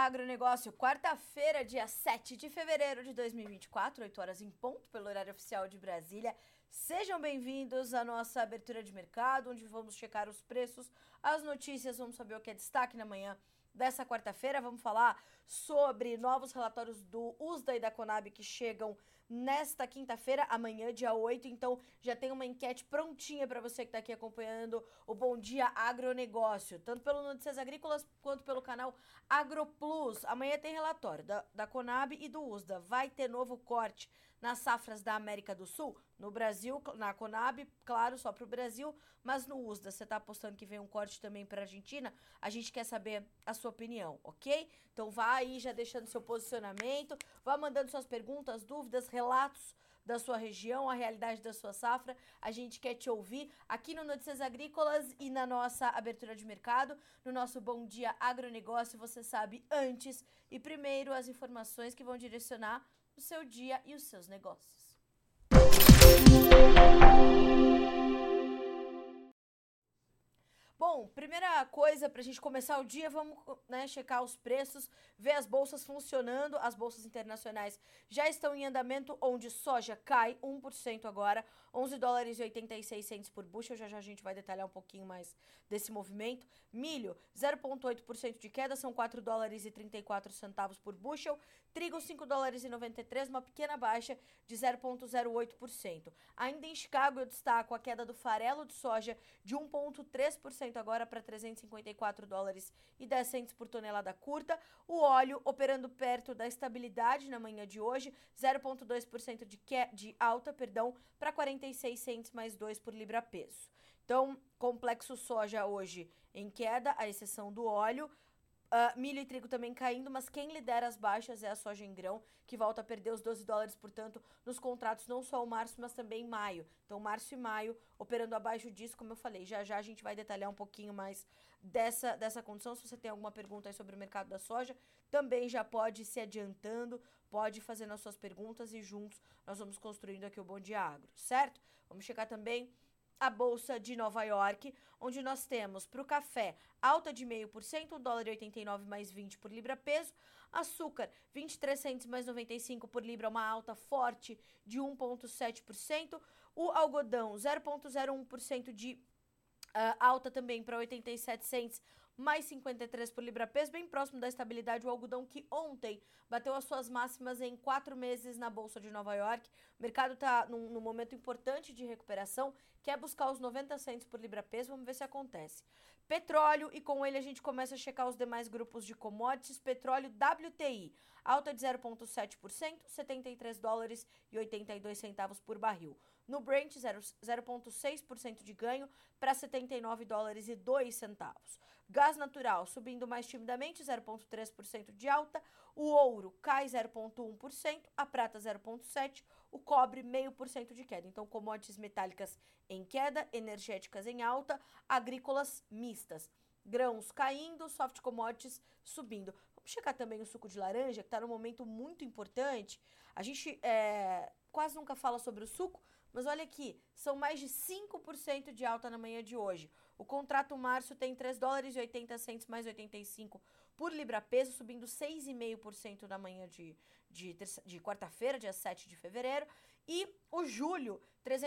Agronegócio, quarta-feira, dia 7 de fevereiro de 2024, 8 horas em ponto, pelo horário oficial de Brasília. Sejam bem-vindos à nossa abertura de mercado, onde vamos checar os preços, as notícias, vamos saber o que é destaque na manhã dessa quarta-feira. Vamos falar sobre novos relatórios do USDA e da Conab que chegam nesta quinta-feira, amanhã, dia 8. Então, já tem uma enquete prontinha para você que está aqui acompanhando o Bom Dia Agronegócio, tanto pelo Notícias Agrícolas quanto pelo canal AgroPlus. Amanhã tem relatório da Conab e do USDA. Vai ter novo corte nas safras da América do Sul? No Brasil, na Conab, claro, só para o Brasil, mas no USDA, você está apostando que vem um corte também para a Argentina? A gente quer saber a sua opinião, ok? Então vai aí já deixando seu posicionamento, vá mandando suas perguntas, dúvidas, relatos da sua região, a realidade da sua safra. A gente quer te ouvir aqui no Notícias Agrícolas e na nossa abertura de mercado, no nosso Bom Dia Agronegócio. Você sabe antes e primeiro as informações que vão direcionar o seu dia e os seus negócios. Bom, primeira coisa para a gente começar o dia, vamos checar os preços, ver as bolsas funcionando. As bolsas internacionais já estão em andamento, onde soja cai 1% agora, 11 dólares e 86 centes por bushel. Já a gente vai detalhar um pouquinho mais desse movimento. Milho, 0,8% de queda, são 4 dólares e 34 centavos por bushel. Trigo, 5 dólares e 93, uma pequena baixa de 0,08%. Ainda em Chicago, eu destaco a queda do farelo de soja de 1,3% agora para 354 dólares e 10 centes por tonelada curta. O óleo operando perto da estabilidade na manhã de hoje, 0,2% de alta, para 46 centes mais 2 por libra peso. Então, complexo soja hoje em queda, à exceção do óleo. Milho e trigo também caindo, mas quem lidera as baixas é a soja em grão, que volta a perder os 12 dólares, portanto, nos contratos não só o março, mas também maio. Então, março e maio operando abaixo disso, como eu falei. Já a gente vai detalhar um pouquinho mais dessa condição. Se você tem alguma pergunta aí sobre o mercado da soja, também já pode ir se adiantando, pode fazer as suas perguntas e juntos nós vamos construindo aqui o Bom Dia Agro, certo? Vamos checar também a Bolsa de Nova York, onde nós temos para o café alta de 0,5%, 1 dólar e 89 mais 20 por libra peso. Açúcar, 23 centes mais 95 por libra, uma alta forte de 1,7%. O algodão, 0,01% de alta também para 87 centes mais 53 por libra peso, bem próximo da estabilidade. O algodão que ontem bateu as suas máximas em 4 meses na Bolsa de Nova York. O mercado está num momento importante de recuperação, quer buscar os 90 centes por libra peso, vamos ver se acontece. Petróleo, e com ele a gente começa a checar os demais grupos de commodities. Petróleo WTI, alta de 0,7%, 73 dólares e 82 centavos por barril. No Brent, 0,6% de ganho para 79 dólares e 2 centavos. Gás natural subindo mais timidamente, 0,3% de alta. O ouro cai 0,1%, a prata 0,7%, o cobre 0,5% de queda. Então, commodities metálicas em queda, energéticas em alta, agrícolas mistas. Grãos caindo, soft commodities subindo. Vamos checar também o suco de laranja, que está num momento muito importante. A gente quase nunca fala sobre o suco, mas olha aqui, são mais de 5% de alta na manhã de hoje. O contrato março tem 3 dólares e 80 centes mais 85 por libra peso, subindo 6,5% na manhã de quarta-feira, dia 7 de fevereiro. E o julho,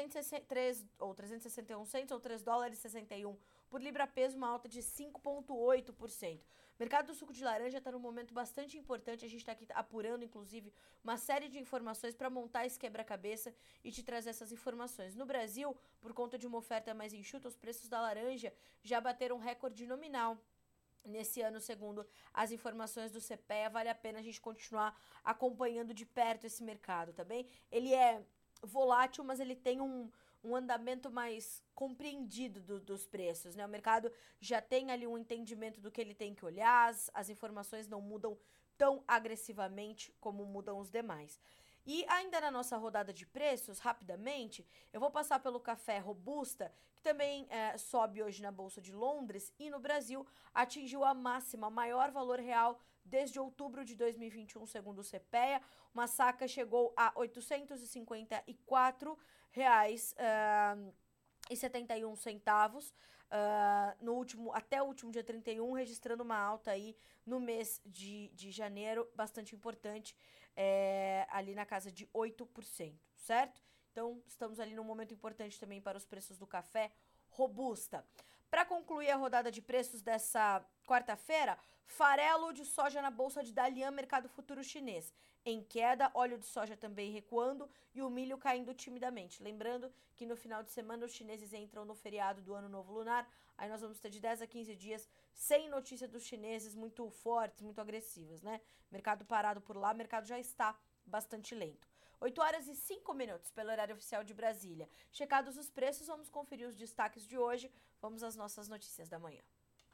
361 centes ou 3 dólares e 61 por libra peso, uma alta de 5,8%. O mercado do suco de laranja está num momento bastante importante. A gente está aqui apurando, inclusive, uma série de informações para montar esse quebra-cabeça e te trazer essas informações. No Brasil, por conta de uma oferta mais enxuta, os preços da laranja já bateram recorde nominal nesse ano, segundo as informações do CPEA. Vale a pena a gente continuar acompanhando de perto esse mercado, tá bem? Ele é volátil, mas ele tem um andamento mais compreendido dos preços, né? O mercado já tem ali um entendimento do que ele tem que olhar, as informações não mudam tão agressivamente como mudam os demais. E ainda na nossa rodada de preços, rapidamente, eu vou passar pelo café Robusta, que também sobe hoje na Bolsa de Londres, e no Brasil atingiu a máxima, maior valor real desde outubro de 2021, segundo o CPEA. Uma saca chegou a R$ 854,71. até o último dia 31, registrando uma alta aí no mês de janeiro, bastante importante, ali na casa de 8%, certo? Então, estamos ali num momento importante também para os preços do café robusta. Para concluir a rodada de preços dessa quarta-feira, farelo de soja na bolsa de Dalian, mercado futuro chinês. Em queda, óleo de soja também recuando e o milho caindo timidamente. Lembrando que no final de semana os chineses entram no feriado do Ano Novo Lunar, aí nós vamos ter de 10 a 15 dias sem notícia dos chineses muito fortes, muito agressivas, né? Mercado parado por lá, mercado já está bastante lento. 8 horas e 5 minutos pelo horário oficial de Brasília. Checados os preços, vamos conferir os destaques de hoje. Vamos às nossas notícias da manhã.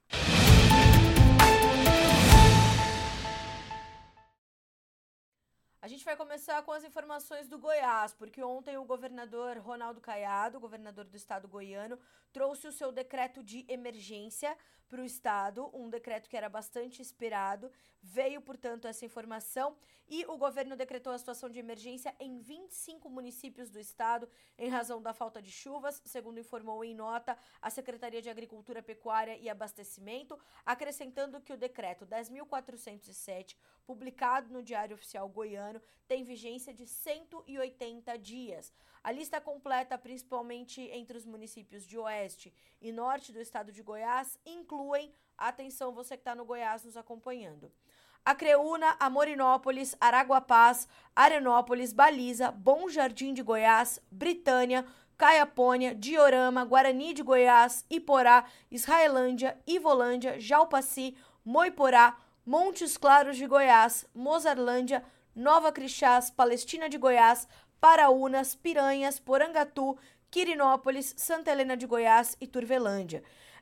A gente vai começar com as informações do Goiás, porque ontem o governador Ronaldo Caiado, governador do estado goiano, trouxe o seu decreto de emergência para o estado, um decreto que era bastante esperado. Veio, portanto, essa informação e o governo decretou a situação de emergência em 25 municípios do estado em razão da falta de chuvas, segundo informou em nota a Secretaria de Agricultura, Pecuária e Abastecimento, acrescentando que o decreto 10.407, publicado no Diário Oficial Goiano, tem vigência de 180 dias. A lista completa, principalmente entre os municípios de oeste e norte do estado de Goiás, incluem, atenção você que está no Goiás nos acompanhando, Acreúna, Amorinópolis, Araguapaz, Arenópolis, Baliza, Bom Jardim de Goiás, Britânia, Caiapônia, Diorama, Guarani de Goiás, Iporá, Israelândia, Ivolândia, Jalpaci, Moiporá, Montes Claros de Goiás, Mozarlândia, Nova Crixás, Palestina de Goiás, Paraúnas, Piranhas, Porangatu, Quirinópolis, Santa Helena de Goiás e Turvelândia,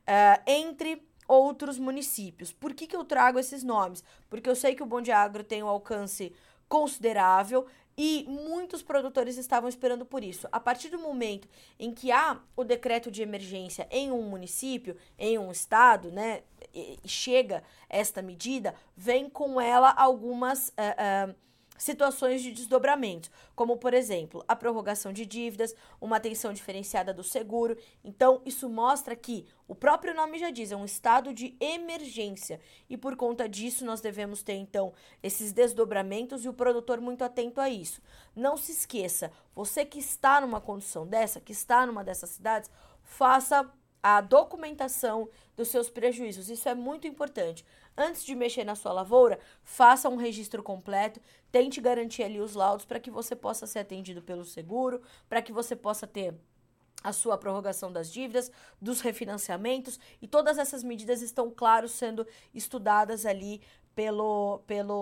entre outros municípios. Por que eu trago esses nomes? Porque eu sei que o Bom Dia Agro tem um alcance considerável e muitos produtores estavam esperando por isso. A partir do momento em que há o decreto de emergência em um município, em um estado, né, e chega esta medida, vem com ela algumas situações de desdobramento, como, por exemplo, a prorrogação de dívidas, uma atenção diferenciada do seguro. Então, isso mostra que o próprio nome já diz, é um estado de emergência e, por conta disso, nós devemos ter, então, esses desdobramentos e o produtor muito atento a isso. Não se esqueça, você que está numa condição dessa, que está numa dessas cidades, faça a documentação dos seus prejuízos. Isso é muito importante. Antes de mexer na sua lavoura, faça um registro completo, tente garantir ali os laudos para que você possa ser atendido pelo seguro, para que você possa ter a sua prorrogação das dívidas, dos refinanciamentos, e todas essas medidas estão, claro, sendo estudadas ali pelo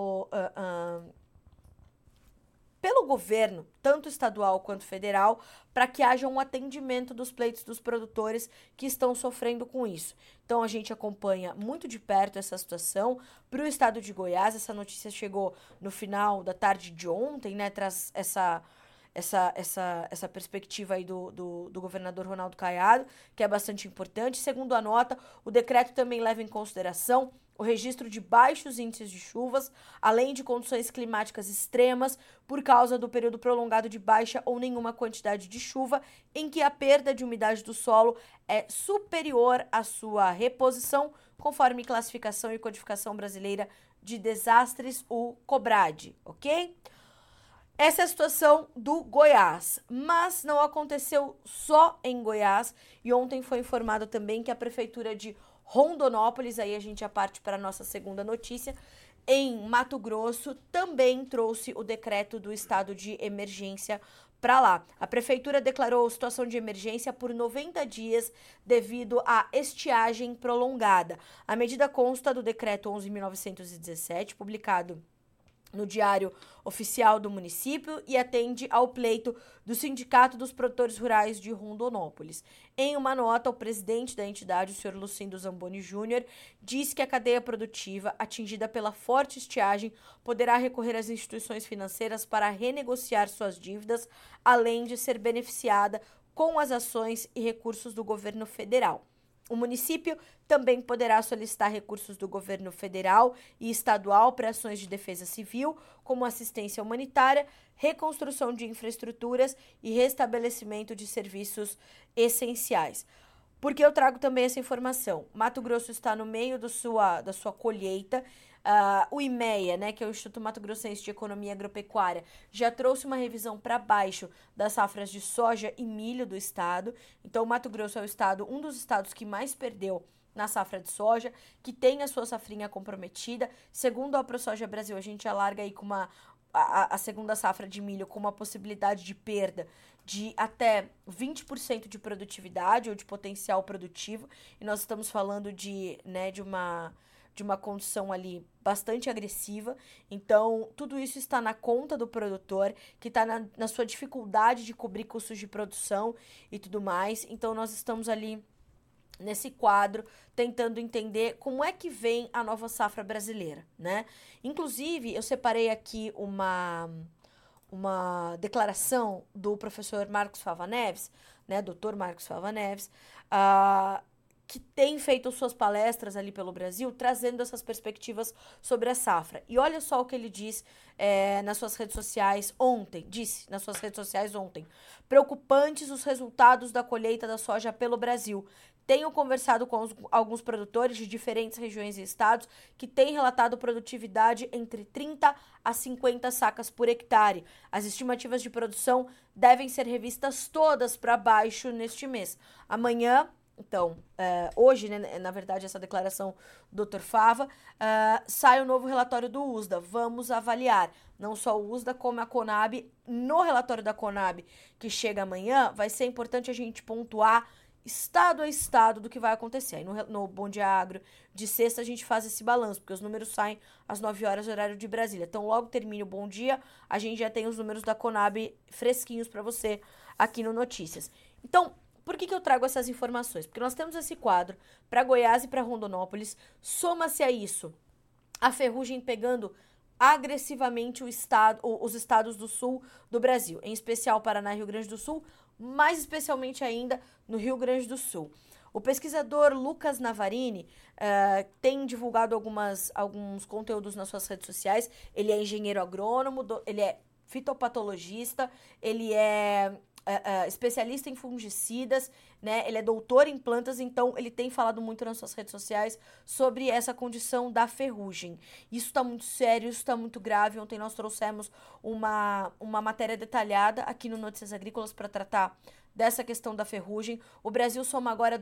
governo, tanto estadual quanto federal, para que haja um atendimento dos pleitos dos produtores que estão sofrendo com isso. Então, a gente acompanha muito de perto essa situação. Para o estado de Goiás, essa notícia chegou no final da tarde de ontem, né, traz essa perspectiva aí do governador Ronaldo Caiado, que é bastante importante. Segundo a nota, o decreto também leva em consideração o registro de baixos índices de chuvas, além de condições climáticas extremas por causa do período prolongado de baixa ou nenhuma quantidade de chuva, em que a perda de umidade do solo é superior à sua reposição, conforme classificação e codificação brasileira de desastres, o COBRAD, ok? Essa é a situação do Goiás, mas não aconteceu só em Goiás, e ontem foi informado também que a prefeitura de Rondonópolis, aí a gente já parte para a nossa segunda notícia, em Mato Grosso, também trouxe o decreto do estado de emergência para lá. A prefeitura declarou situação de emergência por 90 dias devido à estiagem prolongada. A medida consta do decreto 11.917, publicado no Diário Oficial do município, e atende ao pleito do Sindicato dos Produtores Rurais de Rondonópolis. Em uma nota, o presidente da entidade, o senhor Lucindo Zamboni Júnior, disse que a cadeia produtiva atingida pela forte estiagem poderá recorrer às instituições financeiras para renegociar suas dívidas, além de ser beneficiada com as ações e recursos do governo federal. O município também poderá solicitar recursos do governo federal e estadual para ações de defesa civil, como assistência humanitária, reconstrução de infraestruturas e restabelecimento de serviços essenciais. Por que eu trago também essa informação? Mato Grosso está no meio da sua colheita. O IMEA, né, que é o Instituto Mato Grossense de Economia Agropecuária, já trouxe uma revisão para baixo das safras de soja e milho do estado. Então, o Mato Grosso é o estado, um dos estados que mais perdeu na safra de soja, que tem a sua safrinha comprometida. Segundo a ProSoja Brasil, a gente alarga aí com a segunda safra de milho com uma possibilidade de perda de até 20% de produtividade ou de potencial produtivo. E nós estamos falando de uma condição ali bastante agressiva. Então, tudo isso está na conta do produtor, que está na sua dificuldade de cobrir custos de produção e tudo mais. Então, nós estamos ali nesse quadro, tentando entender como é que vem a nova safra brasileira, né? Inclusive, eu separei aqui uma declaração do professor Marcos Fava Neves, né, doutor Marcos Fava Neves, que tem feito suas palestras ali pelo Brasil, trazendo essas perspectivas sobre a safra. E olha só o que ele disse nas suas redes sociais ontem. Preocupantes os resultados da colheita da soja pelo Brasil. Tenho conversado com alguns produtores de diferentes regiões e estados que têm relatado produtividade entre 30 a 50 sacas por hectare. As estimativas de produção devem ser revistas todas para baixo neste mês. Amanhã, então, hoje, né, na verdade, essa declaração do Dr. Fava, sai o novo relatório do USDA. Vamos avaliar não só o USDA, como a Conab. No relatório da Conab, que chega amanhã, vai ser importante a gente pontuar estado a estado do que vai acontecer. Aí no Bom Dia Agro de sexta a gente faz esse balanço, porque os números saem às 9 horas, horário de Brasília. Então, logo termine o Bom Dia, a gente já tem os números da Conab fresquinhos para você aqui no Notícias. Então, por que eu trago essas informações? Porque nós temos esse quadro para Goiás e para Rondonópolis. Soma-se a isso a ferrugem pegando agressivamente os estados do sul do Brasil, em especial Paraná e Rio Grande do Sul, mais especialmente ainda no Rio Grande do Sul. O pesquisador Lucas Navarini tem divulgado alguns conteúdos nas suas redes sociais. Ele é engenheiro agrônomo, ele é fitopatologista, ele é especialista em fungicidas, né? Ele é doutor em plantas, então ele tem falado muito nas suas redes sociais sobre essa condição da ferrugem. Isso está muito sério, isso está muito grave. Ontem nós trouxemos uma matéria detalhada aqui no Notícias Agrícolas para tratar dessa questão da ferrugem. O Brasil soma agora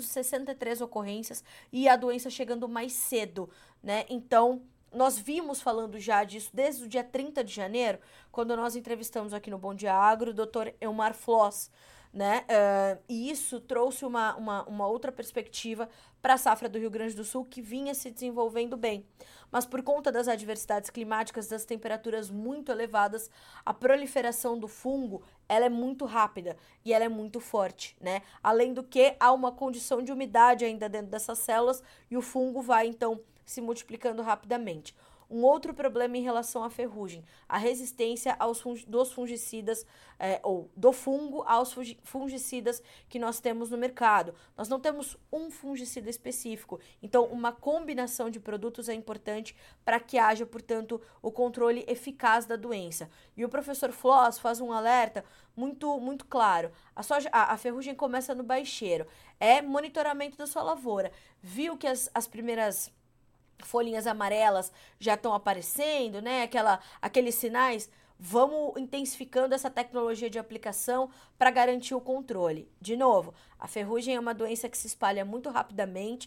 263 ocorrências e a doença chegando mais cedo, né? Então, nós vimos falando já disso desde o dia 30 de janeiro, quando nós entrevistamos aqui no Bom Dia Agro o Dr. Elmar Floss, né? E isso trouxe uma outra perspectiva para a safra do Rio Grande do Sul, que vinha se desenvolvendo bem. Mas por conta das adversidades climáticas, das temperaturas muito elevadas, a proliferação do fungo, ela é muito rápida e ela é muito forte, né? Além do que, há uma condição de umidade ainda dentro dessas células e o fungo vai, então, se multiplicando rapidamente. Um outro problema em relação à ferrugem, a resistência dos fungicidas, ou do fungo aos fungicidas que nós temos no mercado. Nós não temos um fungicida específico, então uma combinação de produtos é importante para que haja, portanto, o controle eficaz da doença. E o professor Floss faz um alerta muito, muito claro. A ferrugem começa no baixeiro, é monitoramento da sua lavoura. Viu que as primeiras folhinhas amarelas já estão aparecendo, né? Aqueles sinais. Vamos intensificando essa tecnologia de aplicação para garantir o controle. De novo, a ferrugem é uma doença que se espalha muito rapidamente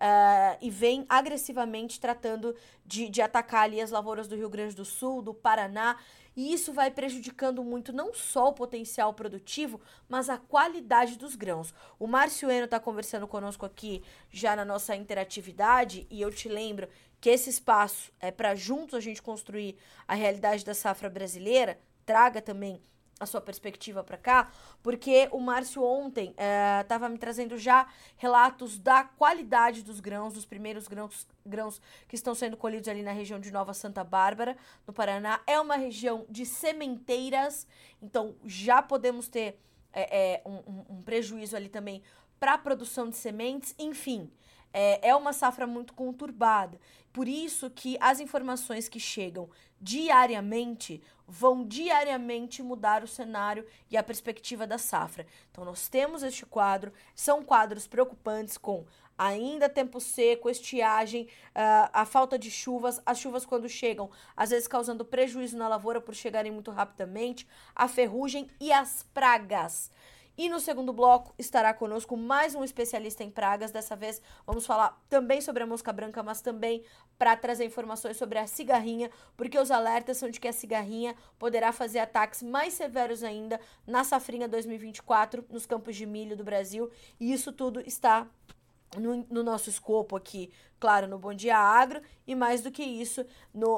e vem agressivamente tratando de atacar ali as lavouras do Rio Grande do Sul, do Paraná. E isso vai prejudicando muito não só o potencial produtivo, mas a qualidade dos grãos. O Márcio Eno está conversando conosco aqui já na nossa interatividade e eu te lembro que esse espaço é para juntos a gente construir a realidade da safra brasileira. Traga também a sua perspectiva para cá, porque o Márcio ontem estava me trazendo já relatos da qualidade dos grãos, dos primeiros grãos que estão sendo colhidos ali na região de Nova Santa Bárbara, no Paraná. É uma região de sementeiras, então já podemos ter um prejuízo ali também para a produção de sementes. Enfim, é uma safra muito conturbada. Por isso que as informações que chegam diariamente vão diariamente mudar o cenário e a perspectiva da safra. Então, nós temos este quadro, são quadros preocupantes com ainda tempo seco, estiagem, a falta de chuvas, as chuvas quando chegam, às vezes causando prejuízo na lavoura por chegarem muito rapidamente, a ferrugem e as pragas. E no segundo bloco estará conosco mais um especialista em pragas. Dessa vez vamos falar também sobre a mosca branca, mas também para trazer informações sobre a cigarrinha, porque os alertas são de que a cigarrinha poderá fazer ataques mais severos ainda na safrinha 2024 nos campos de milho do Brasil. E isso tudo está no nosso escopo aqui, claro, no Bom Dia Agro, e mais do que isso,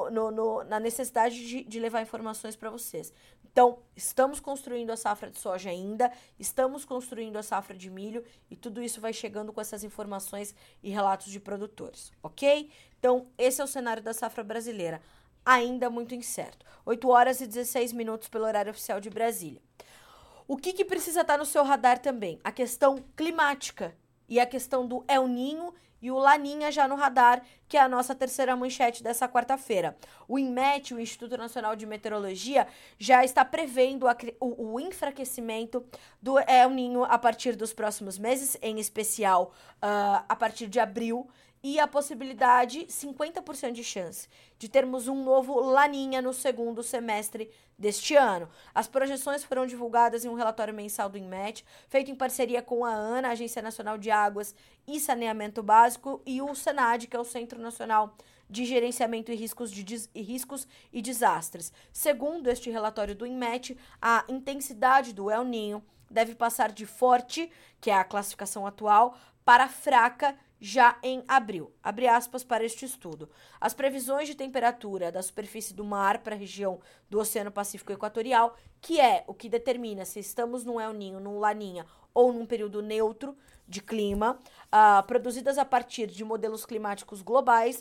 na necessidade de levar informações para vocês. Então, estamos construindo a safra de soja ainda, estamos construindo a safra de milho, e tudo isso vai chegando com essas informações e relatos de produtores, ok? Então, esse é o cenário da safra brasileira, ainda muito incerto. 8 horas e 16 minutos pelo horário oficial de Brasília. O que precisa estar no seu radar também? A questão climática e a questão do El Ninho e o Laninha já no radar, que é a nossa terceira manchete dessa quarta-feira. O INMET, o Instituto Nacional de Meteorologia, já está prevendo o enfraquecimento do El Ninho a partir dos próximos meses, em especial a partir de abril, e a possibilidade, 50% de chance, de termos um novo Laninha no segundo semestre deste ano. As projeções foram divulgadas em um relatório mensal do INMET, feito em parceria com a ANA, Agência Nacional de Águas e Saneamento Básico, e o SENAD, que é o Centro Nacional de Gerenciamento e Riscos e Desastres. Segundo este relatório do INMET, a intensidade do El Ninho deve passar de forte, que é a classificação atual, para fraca já em abril. Abre aspas para este estudo. As previsões de temperatura da superfície do mar para a região do Oceano Pacífico Equatorial, que é o que determina se estamos num El Ninho, num Laninha ou num período neutro de clima, produzidas a partir de modelos climáticos globais,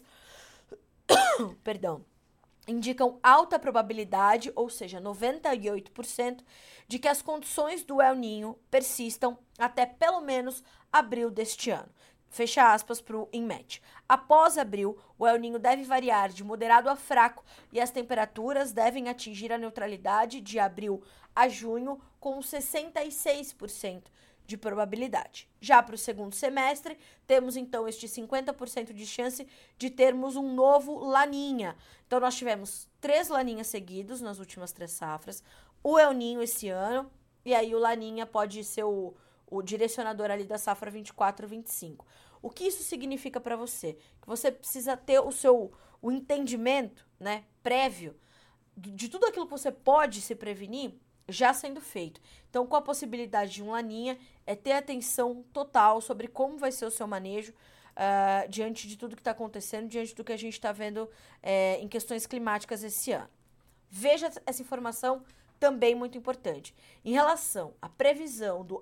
indicam alta probabilidade, ou seja, 98%, de que as condições do El Ninho persistam até pelo menos abril deste ano. Fecha aspas para o INMET. Após abril, o El Ninho deve variar de moderado a fraco e as temperaturas devem atingir a neutralidade de abril a junho com 66% de probabilidade. Já para o segundo semestre, temos então este 50% de chance de termos um novo Laninha. Então, nós tivemos 3 Laninhas seguidos nas últimas 3 safras, o El Ninho esse ano, e aí o Laninha pode ser o direcionador ali da safra 24-25. O que isso significa para você? Que você precisa ter o entendimento, né, prévio de tudo aquilo que você pode se prevenir já sendo feito. Então, com a possibilidade de um Laninha, é ter atenção total sobre como vai ser o seu manejo diante de tudo que está acontecendo, diante do que a gente está vendo em questões climáticas esse ano. Veja essa informação também muito importante. Em relação à previsão do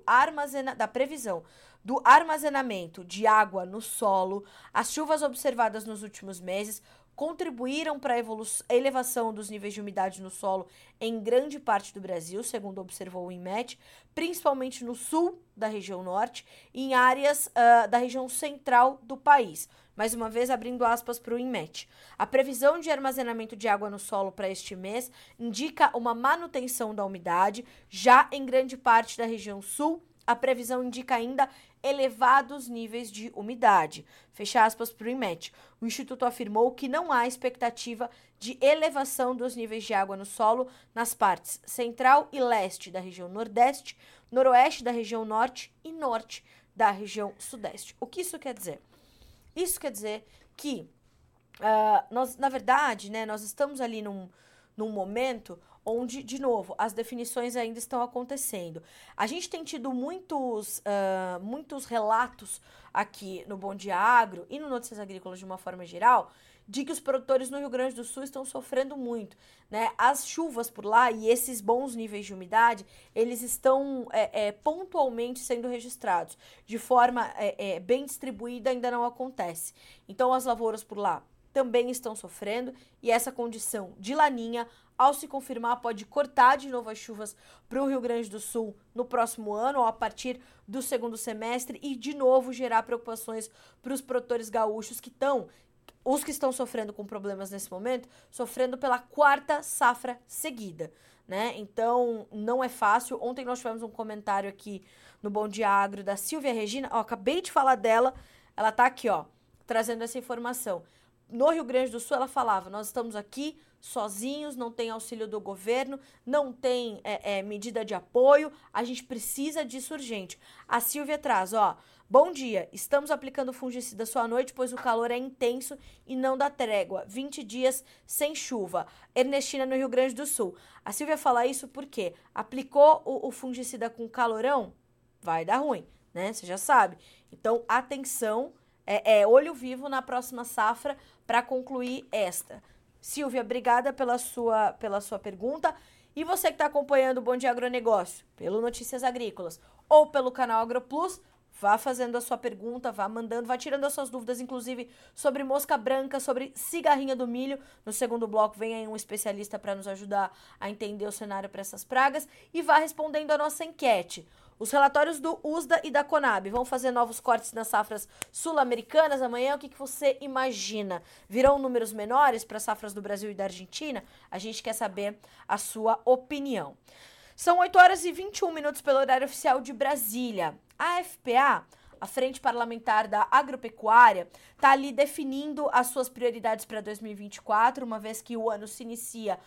armazenamento de água no solo, as chuvas observadas nos últimos meses contribuíram para a elevação dos níveis de umidade no solo em grande parte do Brasil, segundo observou o INMET, principalmente no sul da região norte e em áreas da região central do país. Mais uma vez, abrindo aspas para o INMET. A previsão de armazenamento de água no solo para este mês indica uma manutenção da umidade, já em grande parte da região sul. A previsão indica ainda elevados níveis de umidade. Fecha aspas para o INMET. O Instituto afirmou que não há expectativa de elevação dos níveis de água no solo nas partes central e leste da região nordeste, noroeste da região norte e norte da região sudeste. O que isso quer dizer? Isso quer dizer que, nós, na verdade, né, nós estamos ali num momento onde, de novo, as definições ainda estão acontecendo. A gente tem tido muitos relatos aqui no Bom Dia Agro e no Notícias Agrícolas de uma forma geral, de que os produtores no Rio Grande do Sul estão sofrendo muito, né? As chuvas por lá e esses bons níveis de umidade, eles estão pontualmente sendo registrados. De forma bem distribuída ainda não acontece. Então, as lavouras por lá também estão sofrendo, e essa condição de laninha, ao se confirmar, pode cortar de novo as chuvas para o Rio Grande do Sul no próximo ano, ou a partir do segundo semestre, e de novo gerar preocupações para os produtores gaúchos os que estão sofrendo com problemas nesse momento, sofrendo pela 4ª safra seguida, né? Então, não é fácil. Ontem nós tivemos um comentário aqui no Bom Dia Agro da Silvia Regina, acabei de falar dela, ela tá aqui, trazendo essa informação. No Rio Grande do Sul, ela falava, nós estamos aqui sozinhos, não tem auxílio do governo, não tem medida de apoio, a gente precisa disso urgente. A Silvia traz, bom dia, estamos aplicando fungicida só à noite, pois o calor é intenso e não dá trégua. 20 dias sem chuva. Ernestina, no Rio Grande do Sul. A Silvia fala isso porque aplicou o fungicida com calorão, vai dar ruim, né? Você já sabe. Então, atenção, olho vivo na próxima safra para concluir esta. Silvia, obrigada pela sua pergunta. E você que está acompanhando o Bom Dia Agronegócio, pelo Notícias Agrícolas ou pelo canal AgroPlus, vá fazendo a sua pergunta, vá mandando, vá tirando as suas dúvidas, inclusive sobre mosca branca, sobre cigarrinha do milho. No segundo bloco vem aí um especialista para nos ajudar a entender o cenário para essas pragas e vá respondendo a nossa enquete. Os relatórios do USDA e da Conab vão fazer novos cortes nas safras sul-americanas amanhã. O que você imagina? Virão números menores para as safras do Brasil e da Argentina? A gente quer saber a sua opinião. São 8h21 pelo horário oficial de Brasília. A FPA, a Frente Parlamentar da Agropecuária, está ali definindo as suas prioridades para 2024, uma vez que o ano se inicia,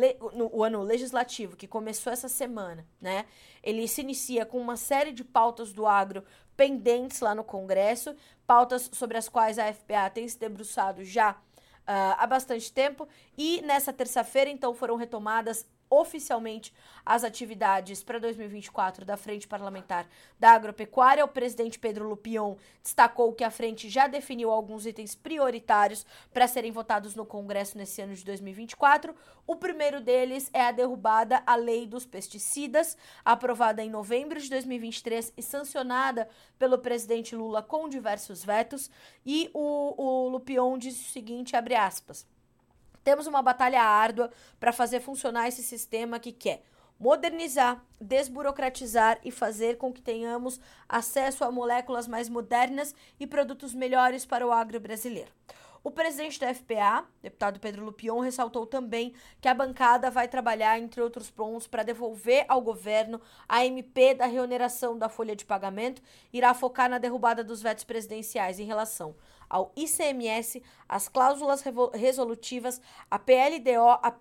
o ano legislativo, que começou essa semana, né? Ele se inicia com uma série de pautas do agro pendentes lá no Congresso, pautas sobre as quais a FPA tem se debruçado já há bastante tempo, e nessa terça-feira, então, foram retomadas oficialmente as atividades para 2024 da Frente Parlamentar da Agropecuária. O presidente Pedro Lupion destacou que a frente já definiu alguns itens prioritários para serem votados no Congresso nesse ano de 2024. O primeiro deles é a derrubada à Lei dos Pesticidas, aprovada em novembro de 2023 e sancionada pelo presidente Lula com diversos vetos. E o Lupion disse o seguinte, abre aspas: temos uma batalha árdua para fazer funcionar esse sistema que quer modernizar, desburocratizar e fazer com que tenhamos acesso a moléculas mais modernas e produtos melhores para o agro brasileiro. O presidente da FPA, deputado Pedro Lupion, ressaltou também que a bancada vai trabalhar, entre outros pontos, para devolver ao governo a MP da reoneração da folha de pagamento, irá focar na derrubada dos vetos presidenciais em relação ao ICMS, as cláusulas resolutivas, a PLDO, a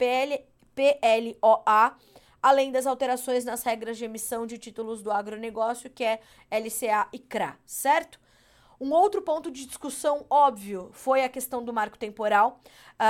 PLOA, além das alterações nas regras de emissão de títulos do agronegócio, que é LCA e CRA, certo? Um outro ponto de discussão óbvio foi a questão do marco temporal.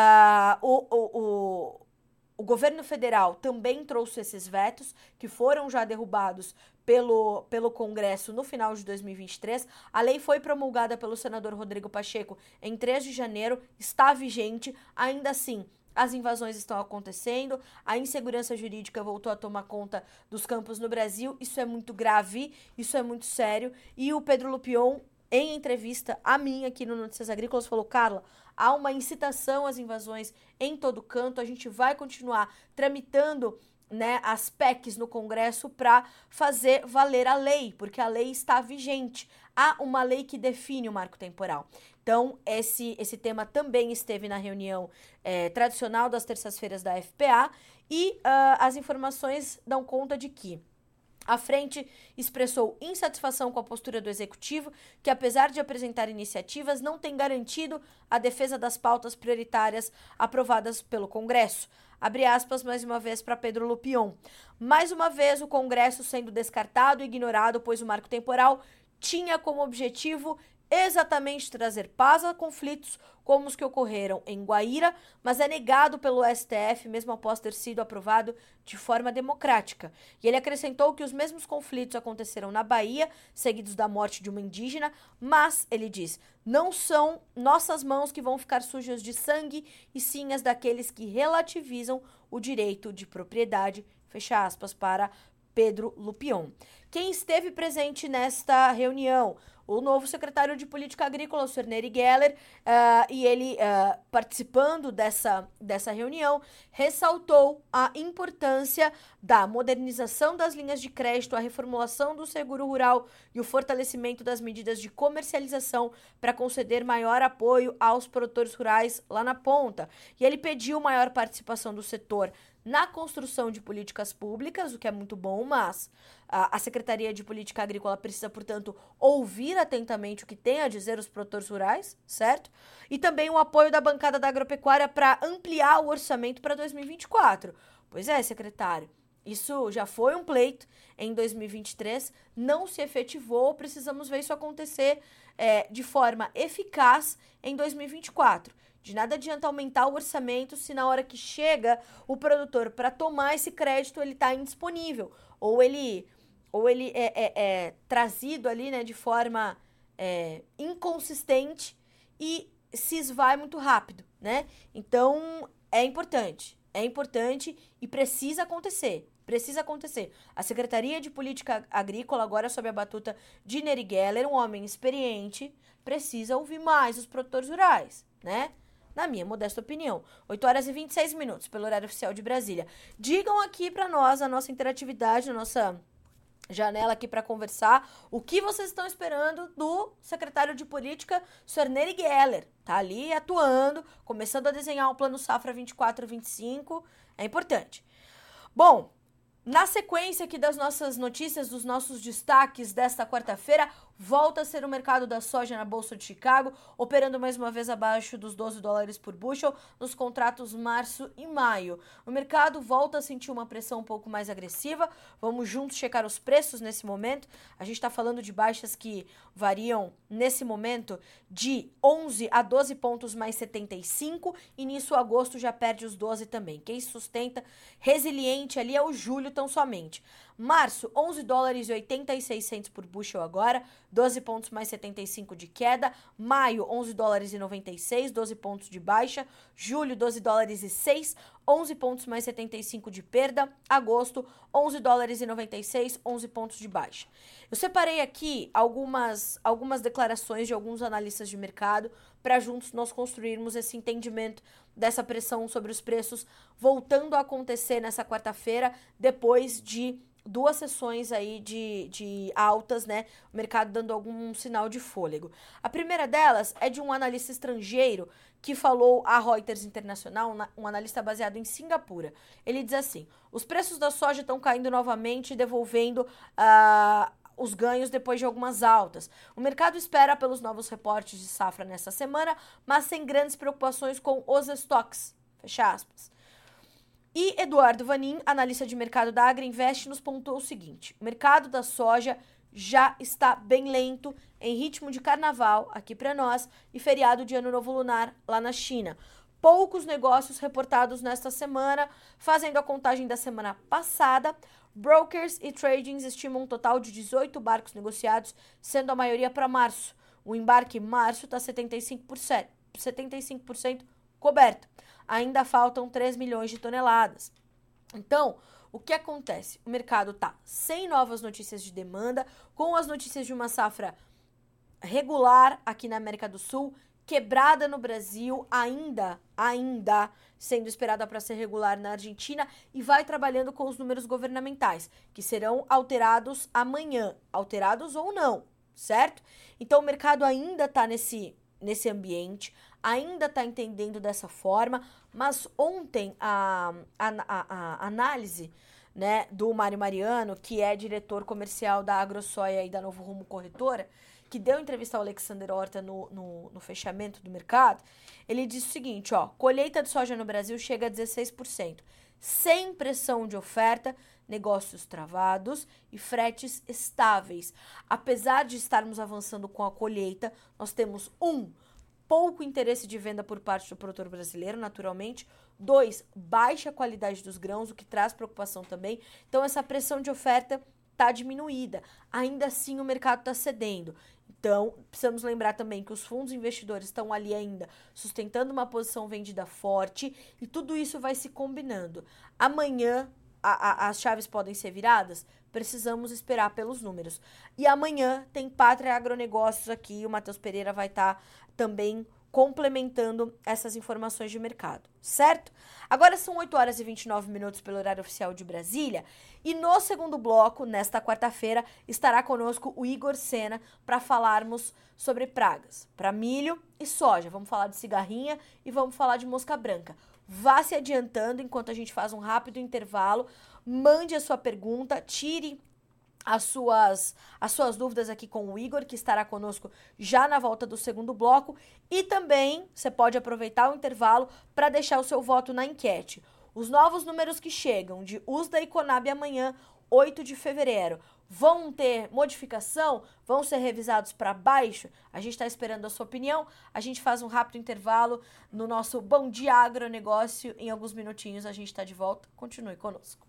O governo federal também trouxe esses vetos, que foram já derrubados pelo Congresso no final de 2023. A lei foi promulgada pelo senador Rodrigo Pacheco em 3 de janeiro, está vigente, ainda assim. As invasões estão acontecendo, a insegurança jurídica voltou a tomar conta dos campos no Brasil. Isso é muito grave, isso é muito sério. E o Pedro Lupion, em entrevista a mim aqui no Notícias Agrícolas, falou: Carla, há uma incitação às invasões em todo canto, a gente vai continuar tramitando, né, as PECs no Congresso para fazer valer a lei, porque a lei está vigente. Há uma lei que define o marco temporal. Então, esse tema também esteve na reunião tradicional das terças-feiras da FPA e as informações dão conta de que a frente expressou insatisfação com a postura do executivo, que apesar de apresentar iniciativas, não tem garantido a defesa das pautas prioritárias aprovadas pelo Congresso. Abre aspas mais uma vez para Pedro Lupion. Mais uma vez o Congresso sendo descartado e ignorado, pois o marco temporal tinha como objetivo exatamente trazer paz a conflitos como os que ocorreram em Guaíra, mas é negado pelo STF mesmo após ter sido aprovado de forma democrática. E ele acrescentou que os mesmos conflitos aconteceram na Bahia, seguidos da morte de uma indígena, mas, ele diz, não são nossas mãos que vão ficar sujas de sangue, e sim as daqueles que relativizam o direito de propriedade, fecha aspas, para Pedro Lupion. Quem esteve presente nesta reunião? o novo secretário de Política Agrícola, o Sr. Nery Geller, e ele, participando dessa reunião, ressaltou a importância da modernização das linhas de crédito, a reformulação do seguro rural e o fortalecimento das medidas de comercialização para conceder maior apoio aos produtores rurais lá na ponta. E ele pediu maior participação do setor na construção de políticas públicas, o que é muito bom, mas a Secretaria de Política Agrícola precisa, portanto, ouvir atentamente o que tem a dizer os produtores rurais, certo? E também o apoio da bancada da agropecuária para ampliar o orçamento para 2024. Pois é, secretário, isso já foi um pleito em 2023, não se efetivou, precisamos ver isso acontecer de forma eficaz em 2024. De nada adianta aumentar o orçamento se na hora que chega o produtor para tomar esse crédito ele está indisponível, ou ele é trazido ali, né, de forma inconsistente e se esvai muito rápido, né? Então é importante e precisa acontecer. Precisa acontecer. A Secretaria de Política Agrícola, agora sob a batuta de Nery Geller, um homem experiente, precisa ouvir mais os produtores rurais, né? Na minha modesta opinião. 8h26, pelo horário oficial de Brasília. Digam aqui pra nós, a nossa interatividade, a nossa janela aqui para conversar, o que vocês estão esperando do secretário de Política, Sr. Nery Geller. Tá ali atuando, começando a desenhar o Plano Safra 24-25. É importante. Bom, na sequência aqui das nossas notícias, dos nossos destaques desta quarta-feira, volta a ser o mercado da soja na Bolsa de Chicago, operando mais uma vez abaixo dos $12 por bushel nos contratos março e maio. O mercado volta a sentir uma pressão um pouco mais agressiva. Vamos juntos checar os preços nesse momento. A gente está falando de baixas que variam nesse momento de 11 a 12 pontos mais 75, e nisso agosto já perde os 12 também. Quem sustenta resiliente ali é o julho tão somente. Março, $11,86 por bushel agora, 12 pontos mais 75 de queda. Maio, $11,96, 12 pontos de baixa. Julho, $12,06, 11 pontos mais 75 de perda. Agosto, $11,96, 11 pontos de baixa. Eu separei aqui algumas declarações de alguns analistas de mercado para juntos nós construirmos esse entendimento dessa pressão sobre os preços voltando a acontecer nessa quarta-feira, depois de duas sessões aí de altas, né? O mercado dando algum sinal de fôlego. A primeira delas é de um analista estrangeiro que falou à Reuters Internacional, um analista baseado em Singapura. Ele diz assim: os preços da soja estão caindo novamente, devolvendo os ganhos depois de algumas altas. O mercado espera pelos novos reportes de safra nessa semana, mas sem grandes preocupações com os estoques. Fecha aspas. E Eduardo Vanin, analista de mercado da Agriinvest, nos pontuou o seguinte: o mercado da soja já está bem lento, em ritmo de carnaval aqui para nós e feriado de Ano Novo Lunar lá na China. Poucos negócios reportados nesta semana, fazendo a contagem da semana passada. Brokers e tradings estimam um total de 18 barcos negociados, sendo a maioria para março. O embarque em março está 75% coberto. Ainda faltam 3 milhões de toneladas. Então, o que acontece? O mercado está sem novas notícias de demanda, com as notícias de uma safra regular aqui na América do Sul, quebrada no Brasil, ainda sendo esperada para ser regular na Argentina, e vai trabalhando com os números governamentais, que serão alterados amanhã, alterados ou não, certo? Então o mercado ainda está nesse ambiente, ainda está entendendo dessa forma, mas ontem a análise, né, do Mário Mariano, que é diretor comercial da AgroSoia e da Novo Rumo Corretora, que deu entrevista ao Alexander Horta no fechamento do mercado, ele disse o seguinte, ó: colheita de soja no Brasil chega a 16%, sem pressão de oferta, negócios travados e fretes estáveis. Apesar de estarmos avançando com a colheita, nós temos pouco interesse de venda por parte do produtor brasileiro, naturalmente. 2, baixa qualidade dos grãos, o que traz preocupação também. Então, essa pressão de oferta está diminuída. Ainda assim, o mercado está cedendo. Então, precisamos lembrar também que os fundos investidores estão ali ainda sustentando uma posição vendida forte, e tudo isso vai se combinando. Amanhã, as chaves podem ser viradas? Precisamos esperar pelos números. E amanhã tem Pátria Agronegócios aqui, o Matheus Pereira vai estar também complementando essas informações de mercado, certo? Agora são 8 horas e 29 minutos pelo horário oficial de Brasília e no segundo bloco, nesta quarta-feira, estará conosco o Igor Sena para falarmos sobre pragas, para milho e soja. Vamos falar de cigarrinha e vamos falar de mosca branca. Vá se adiantando enquanto a gente faz um rápido intervalo, mande a sua pergunta, tire as suas dúvidas aqui com o Igor, que estará conosco já na volta do segundo bloco. E também você pode aproveitar o intervalo para deixar o seu voto na enquete. Os novos números que chegam de USDA e Conab amanhã, 8 de fevereiro, vão ter modificação? Vão ser revisados para baixo? A gente está esperando a sua opinião. A gente faz um rápido intervalo no nosso Bom Dia Agronegócio. Em alguns minutinhos a gente está de volta. Continue conosco.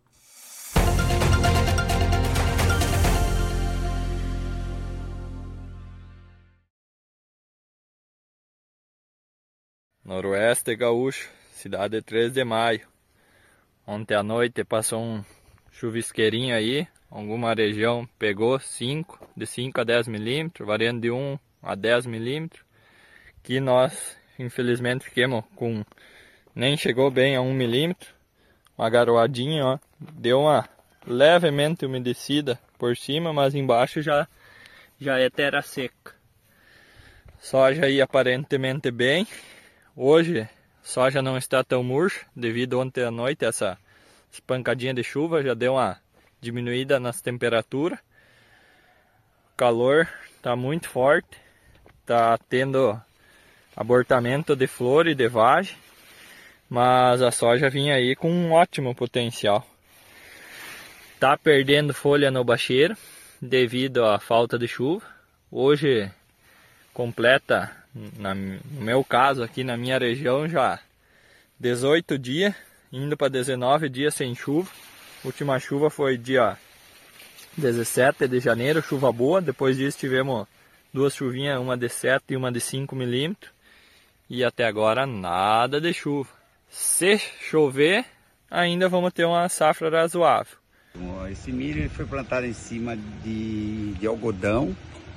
Noroeste Gaúcho, cidade 3 de maio. Ontem à noite passou um chuvisqueirinho aí, alguma região pegou de 5 a 10 milímetros, variando de 1 a 10 milímetros. Que nós, infelizmente, ficamos com... nem chegou bem a 1 milímetro. Uma garoadinha, ó, deu uma levemente umedecida por cima, mas embaixo já é terra seca. Soja aí aparentemente bem. Hoje, soja não está tão murcha, devido ontem à noite essa pancadinha de chuva, já deu uma diminuída nas temperaturas. O calor está muito forte, está tendo abortamento de flor e de vagem, mas a soja vinha aí com um ótimo potencial. Está perdendo folha no bacheiro, devido à falta de chuva. Hoje completa, no meu caso aqui na minha região, já 18 dias, indo para 19 dias sem chuva. A última chuva foi dia 17 de janeiro, chuva boa. Depois disso tivemos 2 chuvinhas, uma de 7 e uma de 5 milímetros. E até agora nada de chuva. Se chover, ainda vamos ter uma safra razoável. Esse milho ele foi plantado em cima de algodão.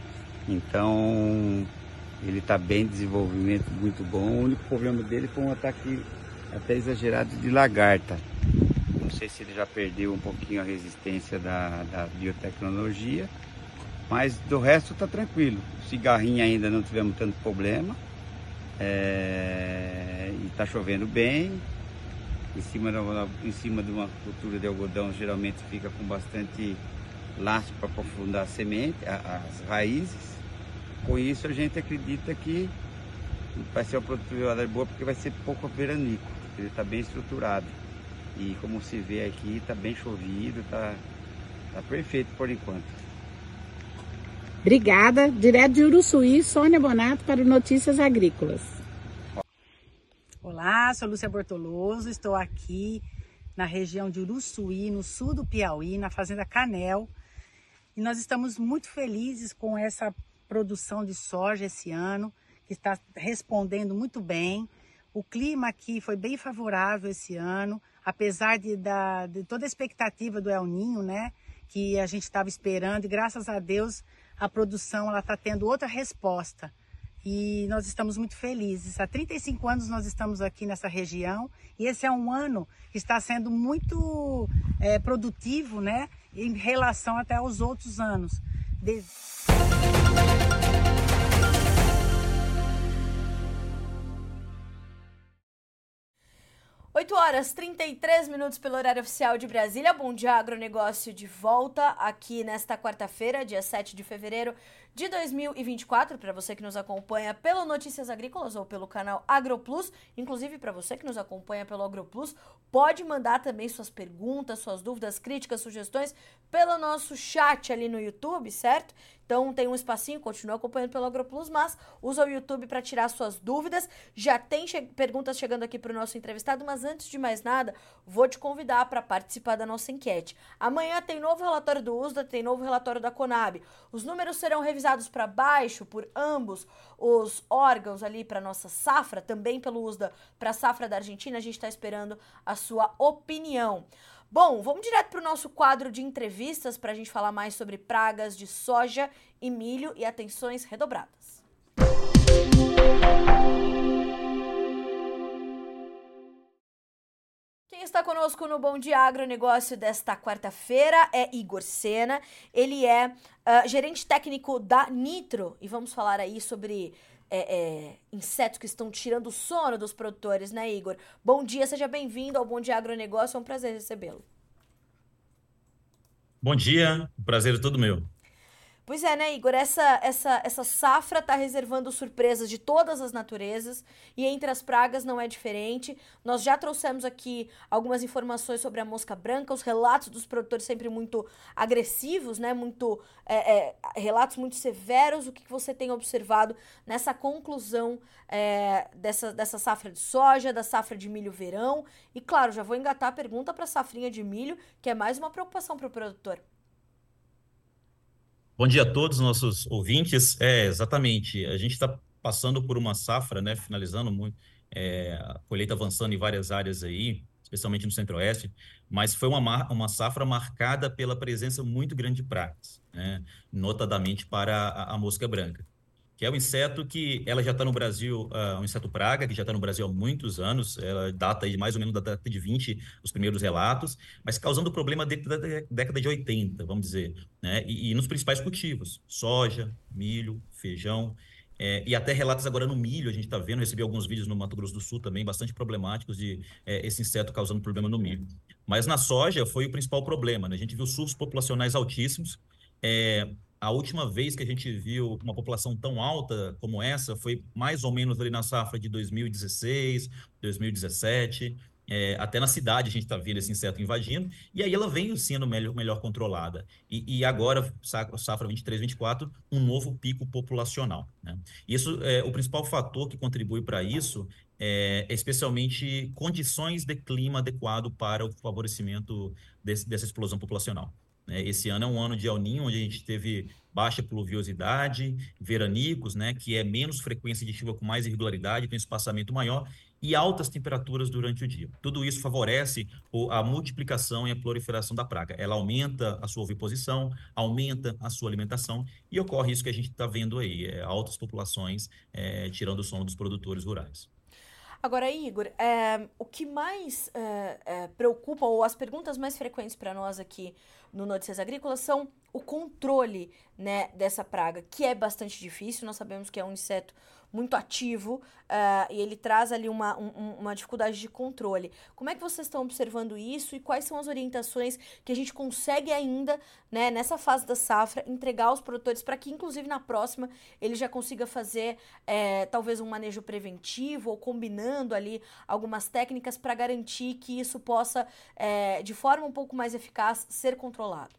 Então ele está bem, desenvolvimento muito bom. O único problema dele foi um ataque até exagerado de lagarta. Não sei se ele já perdeu um pouquinho a resistência da biotecnologia, mas do resto está tranquilo. Cigarrinha ainda não tivemos tanto problema. E está chovendo bem. Em cima de uma cultura de algodão geralmente fica com bastante laço para aprofundar a semente, as raízes. Com isso a gente acredita que vai ser uma produtividade boa, porque vai ser pouco veranico, ele está bem estruturado. E como se vê aqui, está bem chovido, está perfeito por enquanto. Obrigada. Direto de Uruçuí, Sônia Bonato para o Notícias Agrícolas. Olá, sou Lúcia Bortoloso, estou aqui na região de Uruçuí, no sul do Piauí, na fazenda Canel. E nós estamos muito felizes com essa produção de soja esse ano, que está respondendo muito bem. O clima aqui foi bem favorável esse ano, apesar de toda a expectativa do El Niño, né, que a gente estava esperando, e graças a Deus a produção está tendo outra resposta. E nós estamos muito felizes. Há 35 anos nós estamos aqui nessa região e esse é um ano que está sendo muito produtivo, né, em relação até aos outros anos. 8 horas 33 minutos pelo horário oficial de Brasília. Bom Dia Agronegócio de volta aqui nesta quarta-feira, dia 7 de fevereiro de 2024, para você que nos acompanha pelo Notícias Agrícolas ou pelo canal AgroPlus, inclusive para você que nos acompanha pelo AgroPlus, pode mandar também suas perguntas, suas dúvidas, críticas, sugestões pelo nosso chat ali no YouTube, certo? Então tem um espacinho, continua acompanhando pelo AgroPlus, mas usa o YouTube para tirar suas dúvidas. Já tem perguntas chegando aqui para o nosso entrevistado, mas antes de mais nada, vou te convidar para participar da nossa enquete. Amanhã tem novo relatório do USDA, tem novo relatório da Conab. Os números serão revisados para baixo por ambos os órgãos ali para nossa safra, também pelo USDA para a safra da Argentina. A gente está esperando a sua opinião. Bom, vamos direto para o nosso quadro de entrevistas para a gente falar mais sobre pragas de soja e milho e atenções redobradas. Quem está conosco no Bom Dia Agronegócio desta quarta-feira é Igor Sena. Ele é gerente técnico da Nitro e vamos falar aí sobre insetos que estão tirando o sono dos produtores, né, Igor? Bom dia, seja bem-vindo ao Bom Dia Agronegócio, é um prazer recebê-lo. Bom dia, o prazer é todo meu. Pois é, né, Igor? Essa safra está reservando surpresas de todas as naturezas e entre as pragas não é diferente. Nós já trouxemos aqui algumas informações sobre a mosca branca, os relatos dos produtores sempre muito agressivos, né? Relatos muito severos. O que você tem observado nessa conclusão dessa safra de soja, da safra de milho verão? E claro, já vou engatar a pergunta para a safrinha de milho, que é mais uma preocupação para o produtor. Bom dia a todos os nossos ouvintes. Exatamente, a gente está passando por uma safra, né, finalizando muito, a colheita avançando em várias áreas aí, especialmente no Centro-Oeste, mas foi uma safra marcada pela presença muito grande de pragas, né, notadamente para a mosca branca, que é um inseto que ela já está no Brasil, um inseto praga, que já está no Brasil há muitos anos, ela data aí mais ou menos da década de 20, os primeiros relatos, mas causando problema desde a década de 80, vamos dizer, né? E nos principais cultivos, soja, milho, feijão, e até relatos agora no milho, a gente está vendo, recebi alguns vídeos no Mato Grosso do Sul também, bastante problemáticos de esse inseto causando problema no milho. Mas na soja foi o principal problema, né? A gente viu surtos populacionais altíssimos, a última vez que a gente viu uma população tão alta como essa foi mais ou menos ali na safra de 2016, 2017. Até na cidade a gente está vendo esse inseto invadindo, e aí ela vem sendo melhor controlada. E agora, safra 23, 24, um novo pico populacional, né? Isso o principal fator que contribui para isso especialmente condições de clima adequado para o favorecimento dessa explosão populacional. Esse ano é um ano de El Niño, onde a gente teve baixa pluviosidade, veranicos, né, que é menos frequência de chuva com mais irregularidade, tem espaçamento maior e altas temperaturas durante o dia. Tudo isso favorece a multiplicação e a proliferação da praga. Ela aumenta a sua oviposição, aumenta a sua alimentação e ocorre isso que a gente está vendo aí, altas populações tirando o sono dos produtores rurais. Agora, Igor, o que mais preocupa, ou as perguntas mais frequentes para nós aqui no Notícias Agrícolas são o controle, né, dessa praga, que é bastante difícil. Nós sabemos que é um inseto muito ativo e ele traz ali uma dificuldade de controle. Como é que vocês estão observando isso e quais são as orientações que a gente consegue ainda, né, nessa fase da safra, entregar aos produtores para que, inclusive, na próxima, ele já consiga fazer talvez um manejo preventivo ou combinando ali algumas técnicas para garantir que isso possa, de forma um pouco mais eficaz, ser controlado?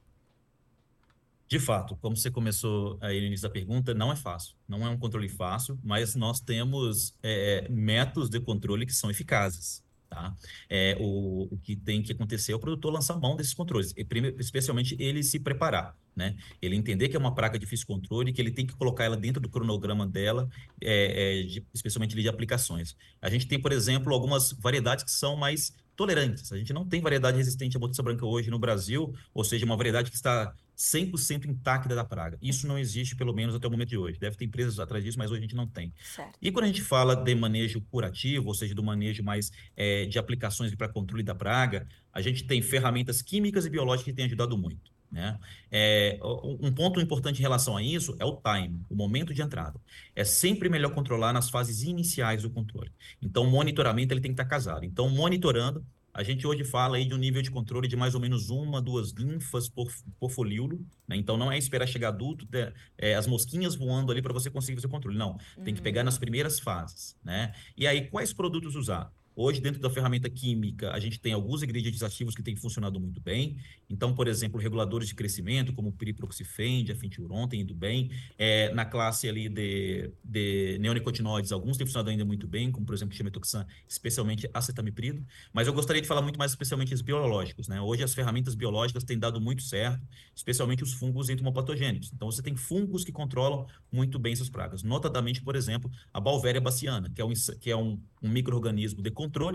De fato, como você começou aí no início da pergunta, não é fácil. Não é um controle fácil, mas nós temos métodos de controle que são eficazes, tá? O que tem que acontecer é o produtor lançar mão desses controles, especialmente ele se preparar, né? Ele entender que é uma praga de difícil controle, que ele tem que colocar ela dentro do cronograma dela, especialmente de aplicações. A gente tem, por exemplo, algumas variedades que são mais tolerantes. A gente não tem variedade resistente à botiça branca hoje no Brasil, ou seja, uma variedade que está 100% intacta da praga. Isso não existe, pelo menos até o momento de hoje. Deve ter empresas atrás disso, mas hoje a gente não tem. Certo. E quando a gente fala de manejo curativo, ou seja, do manejo mais de aplicações para controle da praga, a gente tem ferramentas químicas e biológicas que têm ajudado muito, né? Um ponto importante em relação a isso é o time, o momento de entrada. É sempre melhor controlar nas fases iniciais do controle. Então, o monitoramento ele tem que estar casado. Então, monitorando, a gente hoje fala aí de um nível de controle de mais ou menos 1, 2 linfas por folíolo, né? Então, não é esperar chegar adulto, as mosquinhas voando ali para você conseguir fazer o controle. Não, tem que pegar nas primeiras fases, né? E aí, quais produtos usar? Hoje, dentro da ferramenta química, a gente tem alguns ingredientes ativos que têm funcionado muito bem. Então, por exemplo, reguladores de crescimento, como o piriproxifene, diafentilron, têm ido bem. Na classe ali de neonicotinoides, alguns têm funcionado ainda muito bem, como, por exemplo, chemetoxan, especialmente acetamiprido. Mas eu gostaria de falar muito mais especialmente os biológicos, né? Hoje, as ferramentas biológicas têm dado muito certo, especialmente os fungos entomopatogênicos. Então, você tem fungos que controlam muito bem essas pragas. Notadamente, por exemplo, a Beauveria baciana, que é um micro-organismo de controle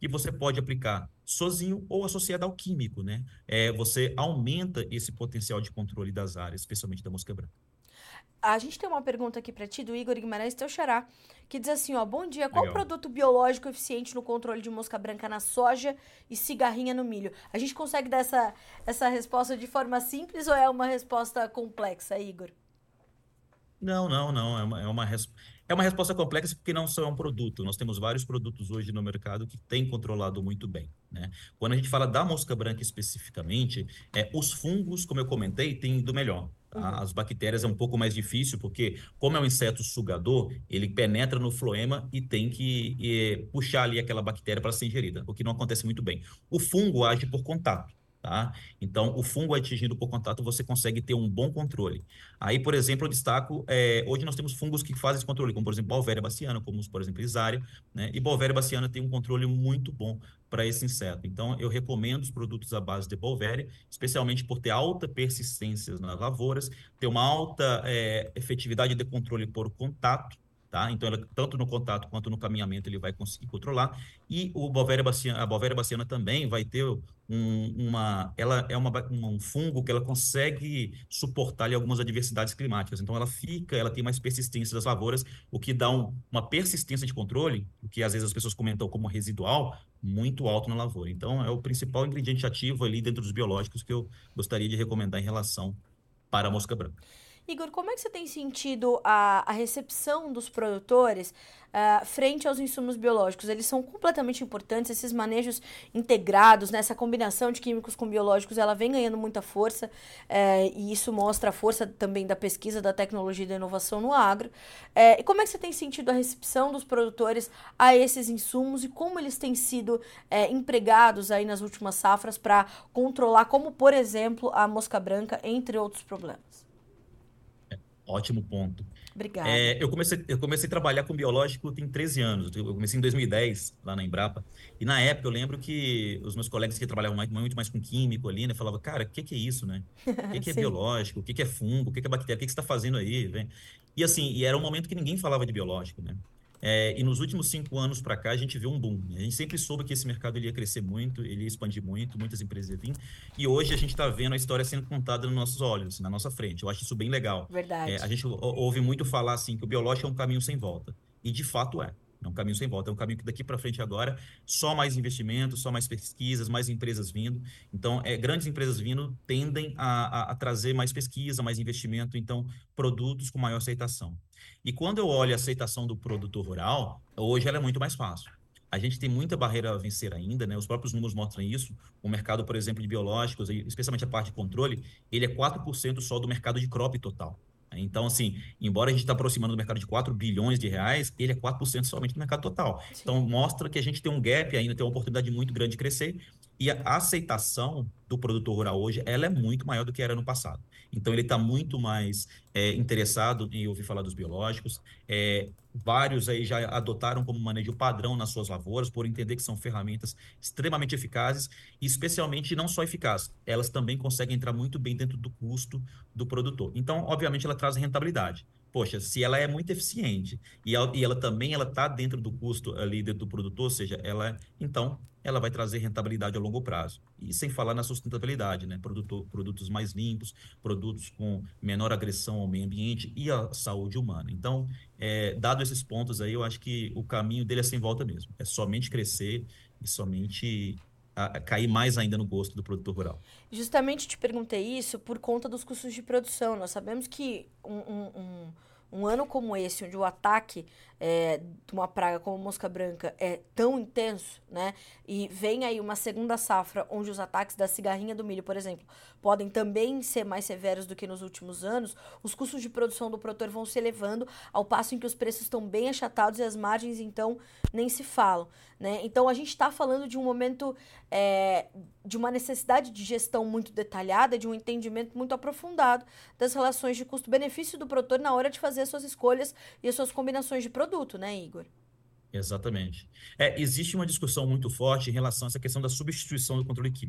que você pode aplicar sozinho ou associado ao químico, né? Você aumenta esse potencial de controle das áreas, especialmente da mosca branca. A gente tem uma pergunta aqui pra ti, do Igor Guimarães, teu xará, que diz assim, ó, bom dia, qual o Legal. produto biológico eficiente no controle de mosca branca na soja e cigarrinha no milho? A gente consegue dar essa resposta de forma simples ou é uma resposta complexa, Igor? Não, não, não. É uma resposta complexa porque não só é um produto. Nós temos vários produtos hoje no mercado que têm controlado muito bem, né? Quando a gente fala da mosca branca especificamente, os fungos, como eu comentei, têm ido melhor. Tá? Uhum. As bactérias é um pouco mais difícil porque, como é um inseto sugador, ele penetra no floema e tem que puxar ali aquela bactéria para ser ingerida, o que não acontece muito bem. O fungo age por contato. Tá? Então, o fungo atingido por contato, você consegue ter um bom controle. Aí, por exemplo, eu destaco, hoje nós temos fungos que fazem esse controle, como por exemplo, Beauveria baciana, como por exemplo, Isária, né? E Beauveria baciana tem um controle muito bom para esse inseto. Então, eu recomendo os produtos à base de Beauveria, especialmente por ter alta persistência nas lavouras, ter uma alta efetividade de controle por contato, tá? Então, tanto no contato quanto no caminhamento ele vai conseguir controlar. E a Beauveria baciana também vai ter ela é um fungo que ela consegue suportar ali, algumas adversidades climáticas. Então ela tem mais persistência das lavouras, o que dá uma persistência de controle, o que às vezes as pessoas comentam como residual, muito alto na lavoura. Então é o principal ingrediente ativo ali dentro dos biológicos que eu gostaria de recomendar em relação para a mosca branca. Igor, como é que você tem sentido a recepção dos produtores frente aos insumos biológicos? Eles são completamente importantes, esses manejos integrados, né? Essa combinação de químicos com biológicos, ela vem ganhando muita força, e isso mostra a força também da pesquisa, da tecnologia e da inovação no agro. E como é que você tem sentido a recepção dos produtores a esses insumos e como eles têm sido empregados aí nas últimas safras para controlar, como por exemplo, a mosca branca, entre outros problemas? Ótimo ponto. Obrigada. Eu comecei a trabalhar com biológico tem 13 anos. Eu comecei em 2010, lá na Embrapa. E na época eu lembro que os meus colegas que trabalhavam muito mais com químico ali, né, falavam, cara, o que que é isso, né? O que que é Sim. biológico? O que que é fungo? O que que é bactéria? O que que você está fazendo aí, velho? E assim, era um momento que ninguém falava de biológico, né? E nos últimos 5 anos para cá, a gente viu um boom. A gente sempre soube que esse mercado ele ia crescer muito, ele ia expandir muito, muitas empresas iam vir. E hoje a gente está vendo a história sendo contada nos nossos olhos, na nossa frente. Eu acho isso bem legal. A Verdade. gente ouve muito falar assim que o biológico é um caminho sem volta. E de fato é. É um caminho sem volta. É um caminho que daqui para frente agora, só mais investimentos, só mais pesquisas, mais empresas vindo. Então, grandes empresas vindo tendem a trazer mais pesquisa, mais investimento, então, produtos com maior aceitação. E quando eu olho a aceitação do produtor rural, hoje ela é muito mais fácil. A gente tem muita barreira a vencer ainda, né? Os próprios números mostram isso. O mercado, por exemplo, de biológicos, especialmente a parte de controle, ele é 4% só do mercado de crop total. Então, assim, embora a gente está aproximando do mercado de 4 bilhões de reais, ele é 4% somente do mercado total. Sim. Então, mostra que a gente tem um gap ainda, tem uma oportunidade muito grande de crescer, e a aceitação do produtor rural hoje, ela é muito maior do que era no passado. Então, ele está muito mais interessado em ouvir falar dos biológicos. Vários aí já adotaram como manejo padrão nas suas lavouras, por entender que são ferramentas extremamente eficazes, e especialmente não só eficazes, elas também conseguem entrar muito bem dentro do custo do produtor. Então, obviamente, ela traz rentabilidade. Poxa, se ela é muito eficiente e ela também ela está dentro do custo ali dentro do produtor, ou seja, então ela vai trazer rentabilidade a longo prazo. E sem falar na sustentabilidade, né? Produtos mais limpos, produtos com menor agressão ao meio ambiente e à saúde humana. Então, dado esses pontos aí, eu acho que o caminho dele é sem volta mesmo. É somente crescer e somente cair mais ainda no gosto do produtor rural. Justamente te perguntei isso por conta dos custos de produção. Nós sabemos que um ano como esse, onde o ataque de uma praga como mosca branca é tão intenso, né? E vem aí uma segunda safra, onde os ataques da cigarrinha do milho, por exemplo, podem também ser mais severos do que nos últimos anos, os custos de produção do produtor vão se elevando, ao passo em que os preços estão bem achatados e as margens, então, nem se falam, né? Então, a gente está falando de um momento de uma necessidade de gestão muito detalhada, de um entendimento muito aprofundado das relações de custo-benefício do produtor na hora de fazer as suas escolhas e as suas combinações de produto, né, Igor? Exatamente. Existe uma discussão muito forte em relação a essa questão da substituição do controle químico.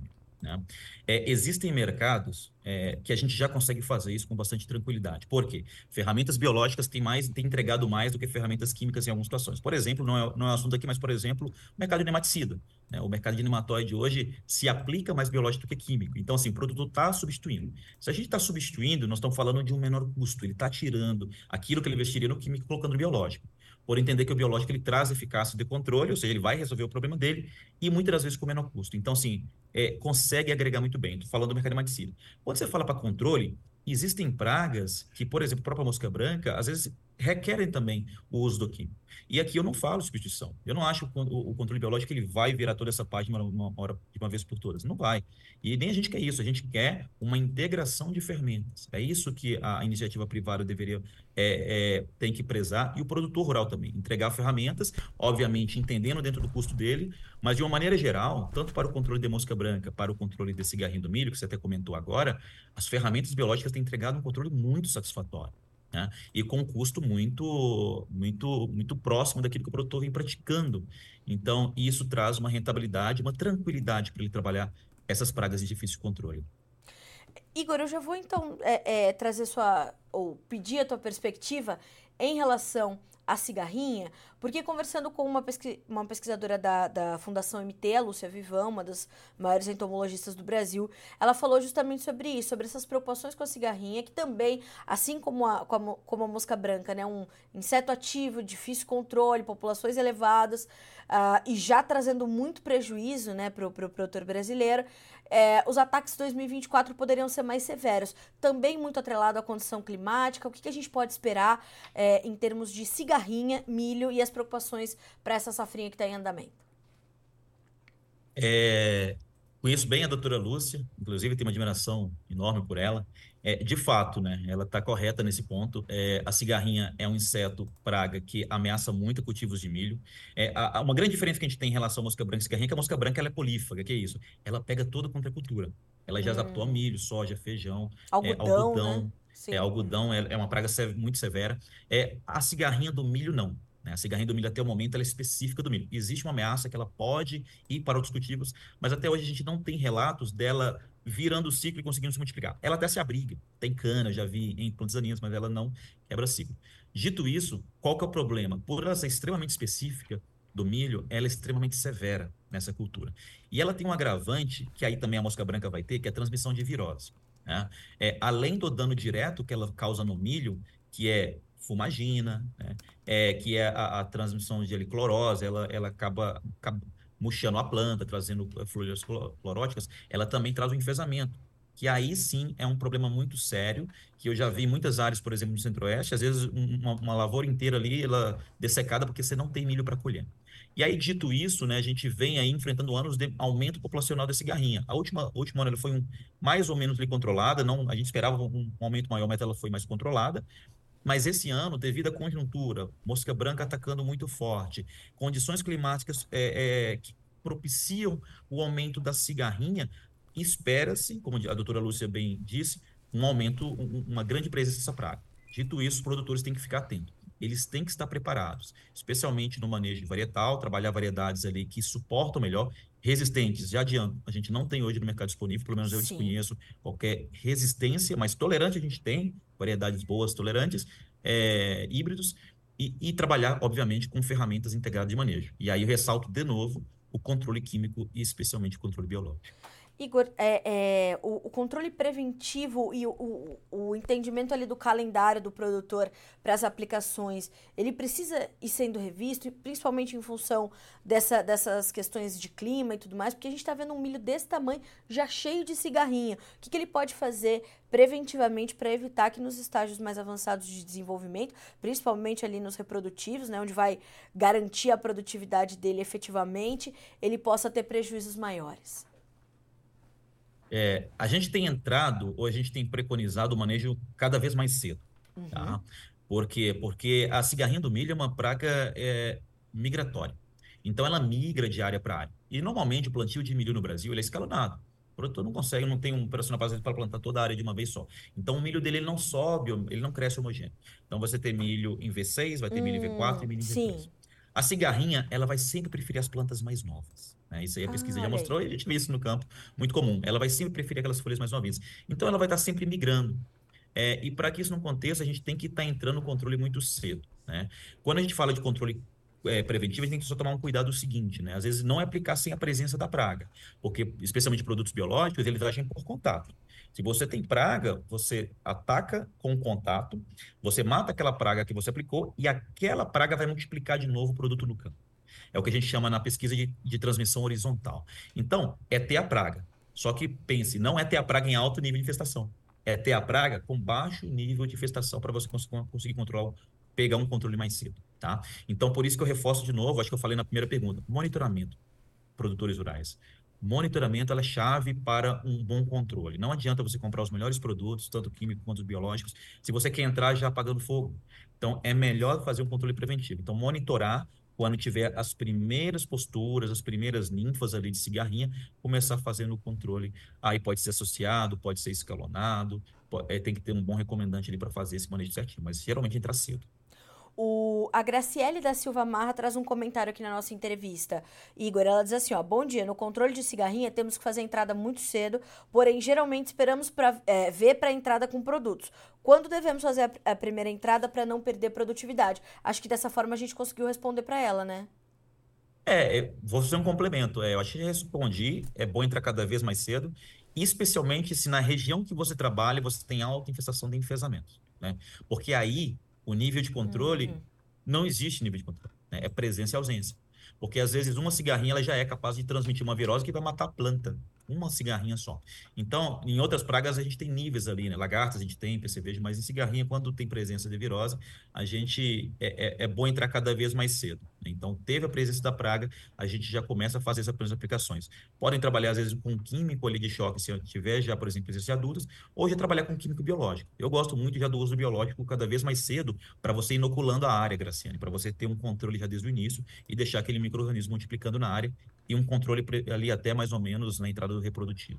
né? Existem mercados que a gente já consegue fazer isso com bastante tranquilidade. Por quê? Ferramentas biológicas têm entregado mais do que ferramentas químicas em algumas situações. Por exemplo, não é um assunto aqui, mas, por exemplo, o mercado de nematicida, né? O mercado de nematóide hoje se aplica mais biológico do que químico. Então, assim, o produto está substituindo. Se a gente está substituindo, nós estamos falando de um menor custo. Ele está tirando aquilo que ele investiria no químico, colocando no biológico. Por entender que o biológico ele traz eficácia de controle, ou seja, ele vai resolver o problema dele e muitas das vezes com menor custo. Então, assim, consegue agregar muito bem. Estou falando do mercado de nematicida. Quando você fala para controle, existem pragas que, por exemplo, a própria mosca branca, às vezes requerem também o uso do químico. E aqui eu não falo substituição. Eu não acho que o controle biológico ele vai virar toda essa página uma hora, de uma vez por todas. Não vai. E nem a gente quer isso. A gente quer uma integração de fermentas. É isso que a iniciativa privada deveria tem que prezar. E o produtor rural também. Entregar ferramentas, obviamente entendendo dentro do custo dele, mas de uma maneira geral, tanto para o controle de mosca branca, para o controle de cigarrinho do milho, que você até comentou agora, as ferramentas biológicas têm entregado um controle muito satisfatório, né? E com um custo muito próximo daquilo que o produtor vem praticando. Então, isso traz uma rentabilidade, uma tranquilidade para ele trabalhar essas pragas de difícil controle. Igor, eu já vou então trazer ou pedir a tua perspectiva em relação à cigarrinha, porque conversando com uma pesquisadora da Fundação MT, a Lúcia Vivan, uma das maiores entomologistas do Brasil, ela falou justamente sobre isso, sobre essas preocupações com a cigarrinha, que também, assim como a mosca branca, né, um inseto ativo, difícil controle, populações elevadas, e já trazendo muito prejuízo, né, para o produtor brasileiro, os ataques de 2024 poderiam ser mais severos. Também muito atrelado à condição climática. O que a gente pode esperar em termos de cigarrinha, milho e as preocupações para essa safrinha que está em andamento? Conheço bem a doutora Lúcia, inclusive tenho uma admiração enorme por ela. De fato, né, ela está correta nesse ponto. A cigarrinha é um inseto praga que ameaça muito cultivos de milho. Uma grande diferença que a gente tem em relação à mosca branca e cigarrinha é que a mosca branca ela é polífaga, que é isso? Ela pega toda contra a cultura. Ela já adaptou a milho, soja, feijão, Algodão, né? Sim. algodão é uma praga muito severa. A cigarrinha do milho, não. Né? A cigarrinha do milho, até o momento, ela é específica do milho. Existe uma ameaça que ela pode ir para outros cultivos, mas até hoje a gente não tem relatos dela virando o ciclo e conseguindo se multiplicar. Ela até se abriga. Tem cana, já vi em plantas daninhas, mas ela não quebra ciclo. Dito isso, qual que é o problema? Por ela ser extremamente específica do milho, ela é extremamente severa nessa cultura. E ela tem um agravante, que aí também a mosca branca vai ter, que é a transmissão de virose. Né? Além do dano direto que ela causa no milho, que é fumagina, né? Que é a transmissão de heliclorose, ela acaba murchando a planta, trazendo fluídos cloróticas, ela também traz o enfesamento, que aí sim é um problema muito sério, que eu já vi em muitas áreas, por exemplo, no Centro-Oeste, às vezes uma lavoura inteira ali, ela dessecada porque você não tem milho para colher. E aí, dito isso, né, a gente vem aí enfrentando anos de aumento populacional da cigarrinha. A última ano ela foi mais ou menos ali controlada, não, a gente esperava um aumento maior, mas ela foi mais controlada. Mas esse ano, devido à conjuntura, mosca branca atacando muito forte, condições climáticas que propiciam o aumento da cigarrinha, espera-se, como a doutora Lúcia bem disse, um aumento, uma grande presença dessa praga. Dito isso, os produtores têm que ficar atentos. Eles têm que estar preparados, especialmente no manejo de varietal, trabalhar variedades ali que suportam melhor, resistentes. Já adianto, a gente não tem hoje no mercado disponível, pelo menos eu desconheço qualquer resistência, mas tolerante a gente tem, variedades boas, tolerantes, híbridos, e trabalhar, obviamente, com ferramentas integradas de manejo. E aí eu ressalto de novo o controle químico e especialmente o controle biológico. Igor, o controle preventivo e o entendimento ali do calendário do produtor para as aplicações, ele precisa ir sendo revisto, principalmente em função dessas questões de clima e tudo mais, porque a gente está vendo um milho desse tamanho já cheio de cigarrinha. O que ele pode fazer preventivamente para evitar que nos estágios mais avançados de desenvolvimento, principalmente ali nos reprodutivos, né, onde vai garantir a produtividade dele efetivamente, ele possa ter prejuízos maiores? A gente tem entrado, ou a gente tem preconizado o manejo cada vez mais cedo. Tá? Por quê? Porque a cigarrinha do milho é uma praga migratória. Então, ela migra de área para área. E, normalmente, o plantio de milho no Brasil ele é escalonado. O produtor não consegue, não tem um operacional para plantar toda a área de uma vez só. Então, o milho dele ele não sobe, ele não cresce homogêneo. Então, você tem milho em V6, vai ter milho em V4 e milho em V3. A cigarrinha, ela vai sempre preferir as plantas mais novas, né? Isso aí a pesquisa já Olha aí. mostrou e a gente vê isso no campo, muito comum. Ela vai sempre preferir aquelas folhas mais novinhas. Então, ela vai estar sempre migrando. E para que isso não aconteça, a gente tem que estar entrando no controle muito cedo, né? Quando a gente fala de controle preventivo, a gente tem que só tomar um cuidado seguinte, né? Às vezes não é aplicar sem a presença da praga, porque especialmente produtos biológicos, eles agem por contato. Se você tem praga, você ataca com contato, você mata aquela praga que você aplicou e aquela praga vai multiplicar de novo o produto no campo. É o que a gente chama na pesquisa de transmissão horizontal. Então, é ter a praga. Só que pense, não é ter a praga em alto nível de infestação. É ter a praga com baixo nível de infestação para você conseguir controlar, pegar um controle mais cedo, tá? Então, por isso que eu reforço de novo, acho que eu falei na primeira pergunta, monitoramento, produtores rurais. Monitoramento ela é chave para um bom controle. Não adianta você comprar os melhores produtos, tanto químicos quanto biológicos, se você quer entrar já apagando fogo. Então, é melhor fazer um controle preventivo. Então, monitorar quando tiver as primeiras posturas, as primeiras ninfas ali de cigarrinha, começar fazendo o controle. Aí pode ser associado, pode ser escalonado, tem que ter um bom recomendante ali para fazer esse manejo certinho, mas geralmente entra cedo. A Graciele da Silva Marra traz um comentário aqui na nossa entrevista. Igor, ela diz assim, ó, bom dia, no controle de cigarrinha temos que fazer a entrada muito cedo, porém geralmente esperamos ver para a entrada com produtos. Quando devemos fazer a primeira entrada para não perder produtividade? Acho que dessa forma a gente conseguiu responder para ela, né? Vou fazer um complemento. Eu acho que já respondi. É bom entrar cada vez mais cedo, especialmente se na região que você trabalha você tem alta infestação de enfesamento, né? Porque aí o nível de controle Uhum. não existe nível de controle, né? É presença e ausência. Porque às vezes uma cigarrinha ela já é capaz de transmitir uma virose que vai matar a planta. Uma cigarrinha só. Então, em outras pragas a gente tem níveis ali, né? Lagartas a gente tem, percevejo, mas em cigarrinha, quando tem presença de virose, a gente é bom entrar cada vez mais cedo, né? Então, teve a presença da praga, a gente já começa a fazer essas primeiras aplicações. Podem trabalhar, às vezes, com químico ali de choque, se tiver já, por exemplo, presença de adultos, ou já trabalhar com químico biológico. Eu gosto muito já do uso biológico cada vez mais cedo, para você ir inoculando a área, Graciane, para você ter um controle já desde o início e deixar aquele micro-organismo multiplicando na área e um controle ali até mais ou menos na entrada do reprodutivo.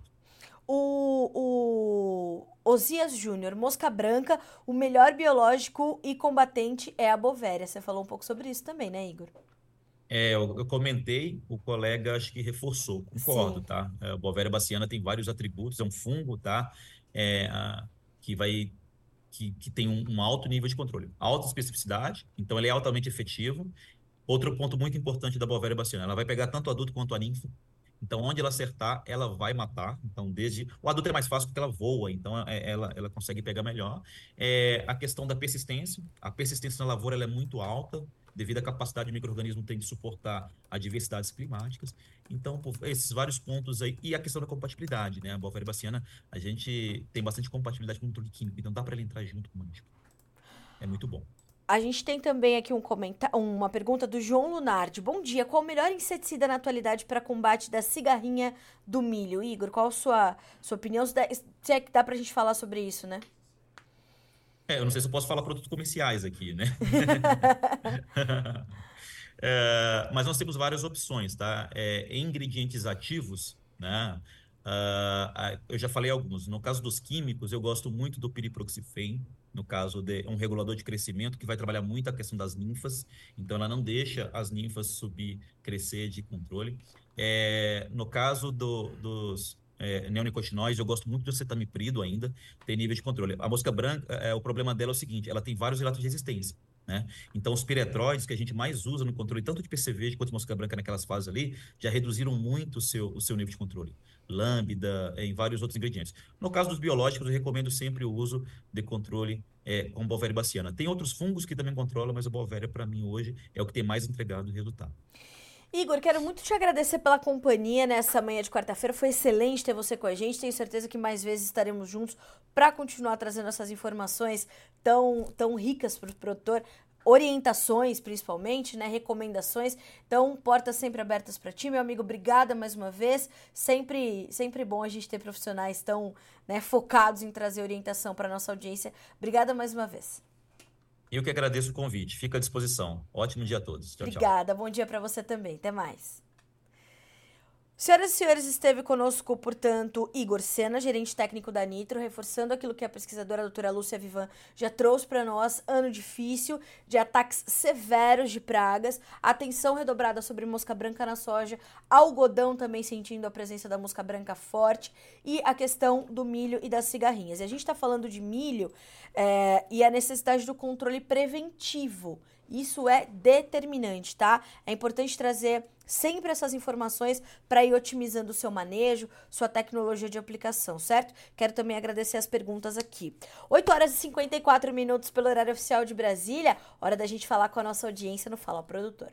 O Osias Júnior, mosca branca, o melhor biológico e combatente é a bovéria. Você falou um pouco sobre isso também, né, Igor? Eu comentei, o colega acho que reforçou, concordo, Sim. tá? A Bovéria baciana tem vários atributos, é um fungo, tá? É, a- que vai, que tem um alto nível de controle, alta especificidade, então ele é altamente efetivo. Outro ponto muito importante da Bovéria baciana, ela vai pegar tanto o adulto quanto a ninfa. Então, onde ela acertar, ela vai matar. Então, desde o adulto é mais fácil porque ela voa, então ela consegue pegar melhor. A questão da persistência, a persistência na lavoura ela é muito alta, devido à capacidade do micro-organismo tem de suportar adversidades climáticas. Então, por esses vários pontos aí, e a questão da compatibilidade, né? A Bovéria baciana, a gente tem bastante compatibilidade com o controle químico, então dá para ele entrar junto com o manejo. É muito bom. A gente tem também aqui uma pergunta do João Lunardi. Bom dia, qual o melhor inseticida na atualidade para combate da cigarrinha do milho? Igor, qual a sua opinião? Se é que dá pra gente falar sobre isso, né? Eu não sei se eu posso falar produtos comerciais aqui, né? Mas nós temos várias opções, tá? Ingredientes ativos, né? Eu já falei alguns. No caso dos químicos, eu gosto muito do piriproxifeno, no caso de um regulador de crescimento que vai trabalhar muito a questão das ninfas, então ela não deixa as ninfas subir, crescer de controle. No caso dos neonicotinoides, eu gosto muito do cetamiprid ainda, tem nível de controle. A mosca branca, o problema dela é o seguinte, ela tem vários relatos de resistência, né? Então, os piretróides que a gente mais usa no controle, tanto de PCV quanto de mosca branca naquelas fases ali, já reduziram muito o seu nível de controle. Lambda, em vários outros ingredientes. No caso dos biológicos, eu recomendo sempre o uso de controle com Bovéria baciana. Tem outros fungos que também controlam, mas a Bovéria, para mim, hoje, é o que tem mais entregado resultado. Igor, quero muito te agradecer pela companhia nessa manhã de quarta-feira. Foi excelente ter você com a gente. Tenho certeza que mais vezes estaremos juntos para continuar trazendo essas informações tão ricas para o produtor. Orientações, principalmente, né? Recomendações. Então, portas sempre abertas para ti, meu amigo. Obrigada mais uma vez. Sempre bom a gente ter profissionais tão, né, focados em trazer orientação para nossa audiência. Obrigada mais uma vez. Eu que agradeço o convite. Fico à disposição. Ótimo dia a todos. Tchau, tchau. Obrigada. Bom dia para você também. Até mais. Senhoras e senhores, esteve conosco, portanto, Igor Sena, gerente técnico da Nitro, reforçando aquilo que a pesquisadora doutora Lúcia Vivan já trouxe para nós, ano difícil, de ataques severos de pragas, atenção redobrada sobre mosca branca na soja, algodão também sentindo a presença da mosca branca forte e a questão do milho e das cigarrinhas. E a gente está falando de milho e a necessidade do controle preventivo. Isso é determinante, tá? É importante trazer sempre essas informações para ir otimizando o seu manejo, sua tecnologia de aplicação, certo? Quero também agradecer as perguntas aqui. 8 horas e 54 minutos pelo horário oficial de Brasília. Hora da gente falar com a nossa audiência no Fala Produtor.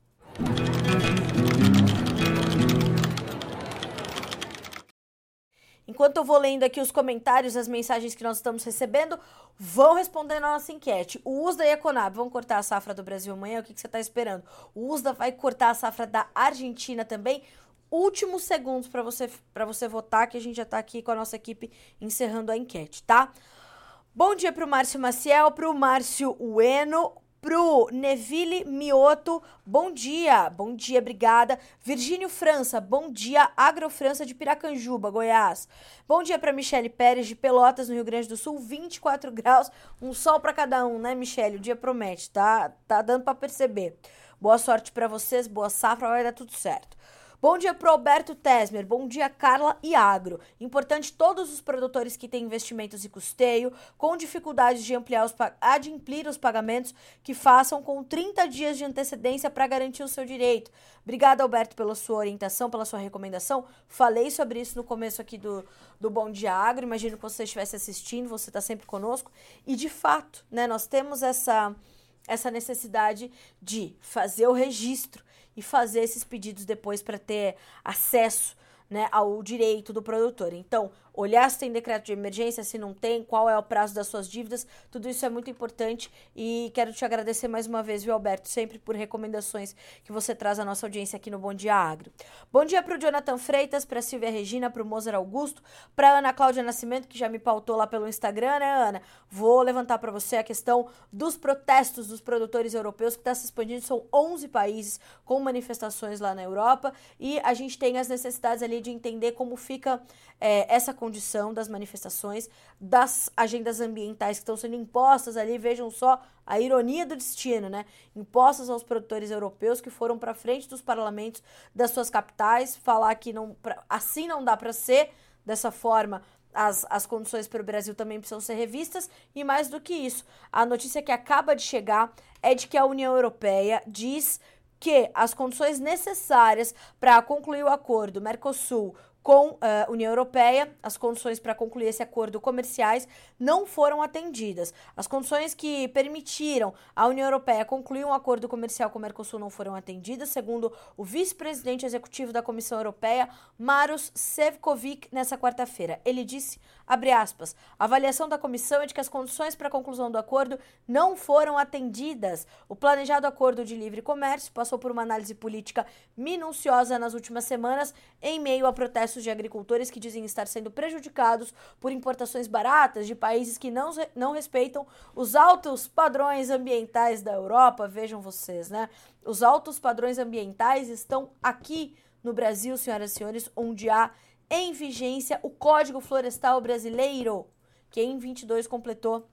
Enquanto eu vou lendo aqui os comentários, as mensagens que nós estamos recebendo, vão respondendo a nossa enquete. O USDA e a Conab vão cortar a safra do Brasil amanhã? O que você está esperando? O USDA vai cortar a safra da Argentina também? Últimos segundos para você votar, que a gente já está aqui com a nossa equipe encerrando a enquete, tá? Bom dia para o Márcio Maciel, para o Márcio Ueno, pro Neville Mioto, bom dia, obrigada. Virgínio França, bom dia. Agrofrança de Piracanjuba, Goiás. Bom dia para Michele Pérez de Pelotas, no Rio Grande do Sul, 24 graus, um sol para cada um, né, Michele? O dia promete, tá dando para perceber. Boa sorte para vocês, boa safra, vai dar tudo certo. Bom dia pro Alberto Tesmer, bom dia Carla e Agro. Importante todos os produtores que têm investimentos e custeio, com dificuldades de adimplir os pagamentos, que façam com 30 dias de antecedência para garantir o seu direito. Obrigada, Alberto, pela sua orientação, pela sua recomendação. Falei sobre isso no começo aqui do Bom Dia Agro, imagino que você estivesse assistindo, você está sempre conosco. E de fato, né, nós temos essa necessidade de fazer o registro e fazer esses pedidos depois para ter acesso, né, ao direito do produtor. Então, olhar se tem decreto de emergência, se não tem, qual é o prazo das suas dívidas, tudo isso é muito importante e quero te agradecer mais uma vez, viu, Alberto, sempre por recomendações que você traz à nossa audiência aqui no Bom Dia Agro. Bom dia para o Jonathan Freitas, para a Silvia Regina, para o Mozart Augusto, para a Ana Cláudia Nascimento, que já me pautou lá pelo Instagram, né, Ana? Vou levantar para você a questão dos protestos dos produtores europeus, que está se expandindo, são 11 países com manifestações lá na Europa e a gente tem as necessidades ali de entender como fica essa condição das manifestações, das agendas ambientais que estão sendo impostas ali, vejam só a ironia do destino, né? Impostas aos produtores europeus que foram para frente dos parlamentos das suas capitais, falar que assim não dá para ser, dessa forma as condições para o Brasil também precisam ser revistas e mais do que isso, a notícia que acaba de chegar é de que a União Europeia diz que as condições necessárias para concluir o acordo Mercosul com a União Europeia, as condições para concluir esse acordo comerciais não foram atendidas. As condições que permitiram a União Europeia concluir um acordo comercial com o Mercosul não foram atendidas, segundo o vice-presidente executivo da Comissão Europeia, Maroš Šefčovič, nessa quarta-feira. Ele disse, abre aspas, a avaliação da comissão é de que as condições para a conclusão do acordo não foram atendidas. O planejado acordo de livre comércio passou por uma análise política minuciosa nas últimas semanas, em meio a protestos de agricultores que dizem estar sendo prejudicados por importações baratas de países que não respeitam os altos padrões ambientais da Europa. Vejam vocês, né? Os altos padrões ambientais estão aqui no Brasil, senhoras e senhores, onde há em vigência o Código Florestal Brasileiro, que em 22 completou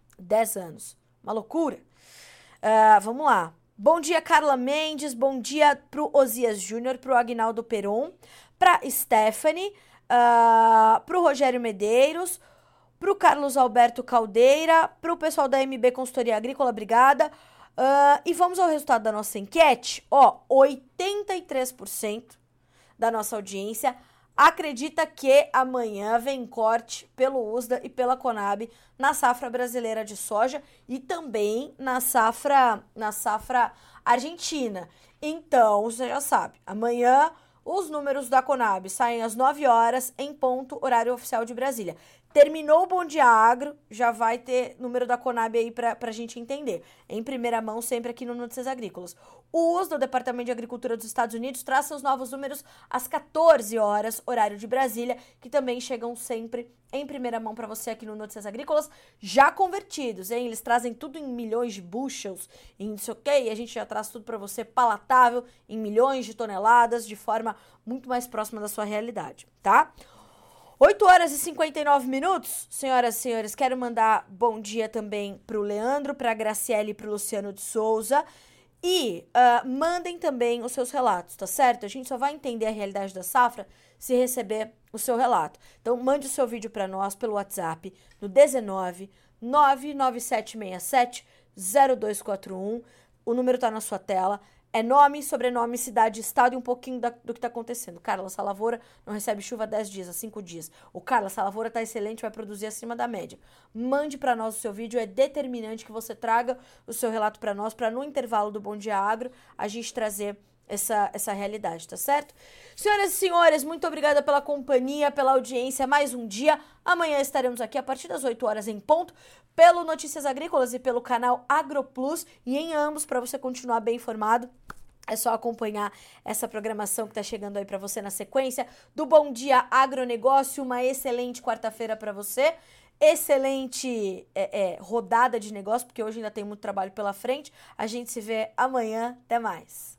10 anos. Uma loucura. Vamos lá. Bom dia, Carla Mendes. Bom dia pro Osias Júnior, pro Agnaldo Peron, pra Stephanie, pro Rogério Medeiros, pro Carlos Alberto Caldeira, pro pessoal da MB Consultoria Agrícola, obrigada. E vamos ao resultado da nossa enquete. 83% da nossa audiência acredita que amanhã vem corte pelo USDA e pela Conab na safra brasileira de soja e também na safra argentina. Então, você já sabe, amanhã os números da Conab saem às 9 horas em ponto, horário oficial de Brasília. Terminou o Bom Dia Agro, já vai ter número da Conab aí pra gente entender. Em primeira mão, sempre aqui no Notícias Agrícolas. O USDA, do Departamento de Agricultura dos Estados Unidos, traz seus novos números às 14 horas, horário de Brasília, que também chegam sempre em primeira mão para você aqui no Notícias Agrícolas, já convertidos, hein? Eles trazem tudo em milhões de bushels, em não sei o quê, e a gente já traz tudo para você palatável, em milhões de toneladas, de forma muito mais próxima da sua realidade, tá? 8 horas e 59 minutos, senhoras e senhores, quero mandar bom dia também pro Leandro, pra Graciele e pro Luciano de Souza. E mandem também os seus relatos, tá certo? A gente só vai entender a realidade da safra se receber o seu relato. Então, mande o seu vídeo para nós pelo WhatsApp no 19 99767 0241. O número tá na sua tela. É nome, sobrenome, cidade, estado e um pouquinho do que tá acontecendo. Carla, essa lavoura não recebe chuva há 10 dias, há 5 dias. O Carla, essa lavoura tá excelente, vai produzir acima da média. Mande para nós o seu vídeo, é determinante que você traga o seu relato para nós, para no intervalo do Bom Dia Agro, a gente trazer essa realidade, tá certo? Senhoras e senhores, muito obrigada pela companhia, pela audiência, mais um dia. Amanhã estaremos aqui a partir das 8 horas em ponto, pelo Notícias Agrícolas e pelo canal AgroPlus, e em ambos, para você continuar bem informado, é só acompanhar essa programação que tá chegando aí para você na sequência do Bom Dia Agronegócio. Uma excelente quarta-feira para você, excelente rodada de negócio, porque hoje ainda tem muito trabalho pela frente. A gente se vê amanhã, até mais.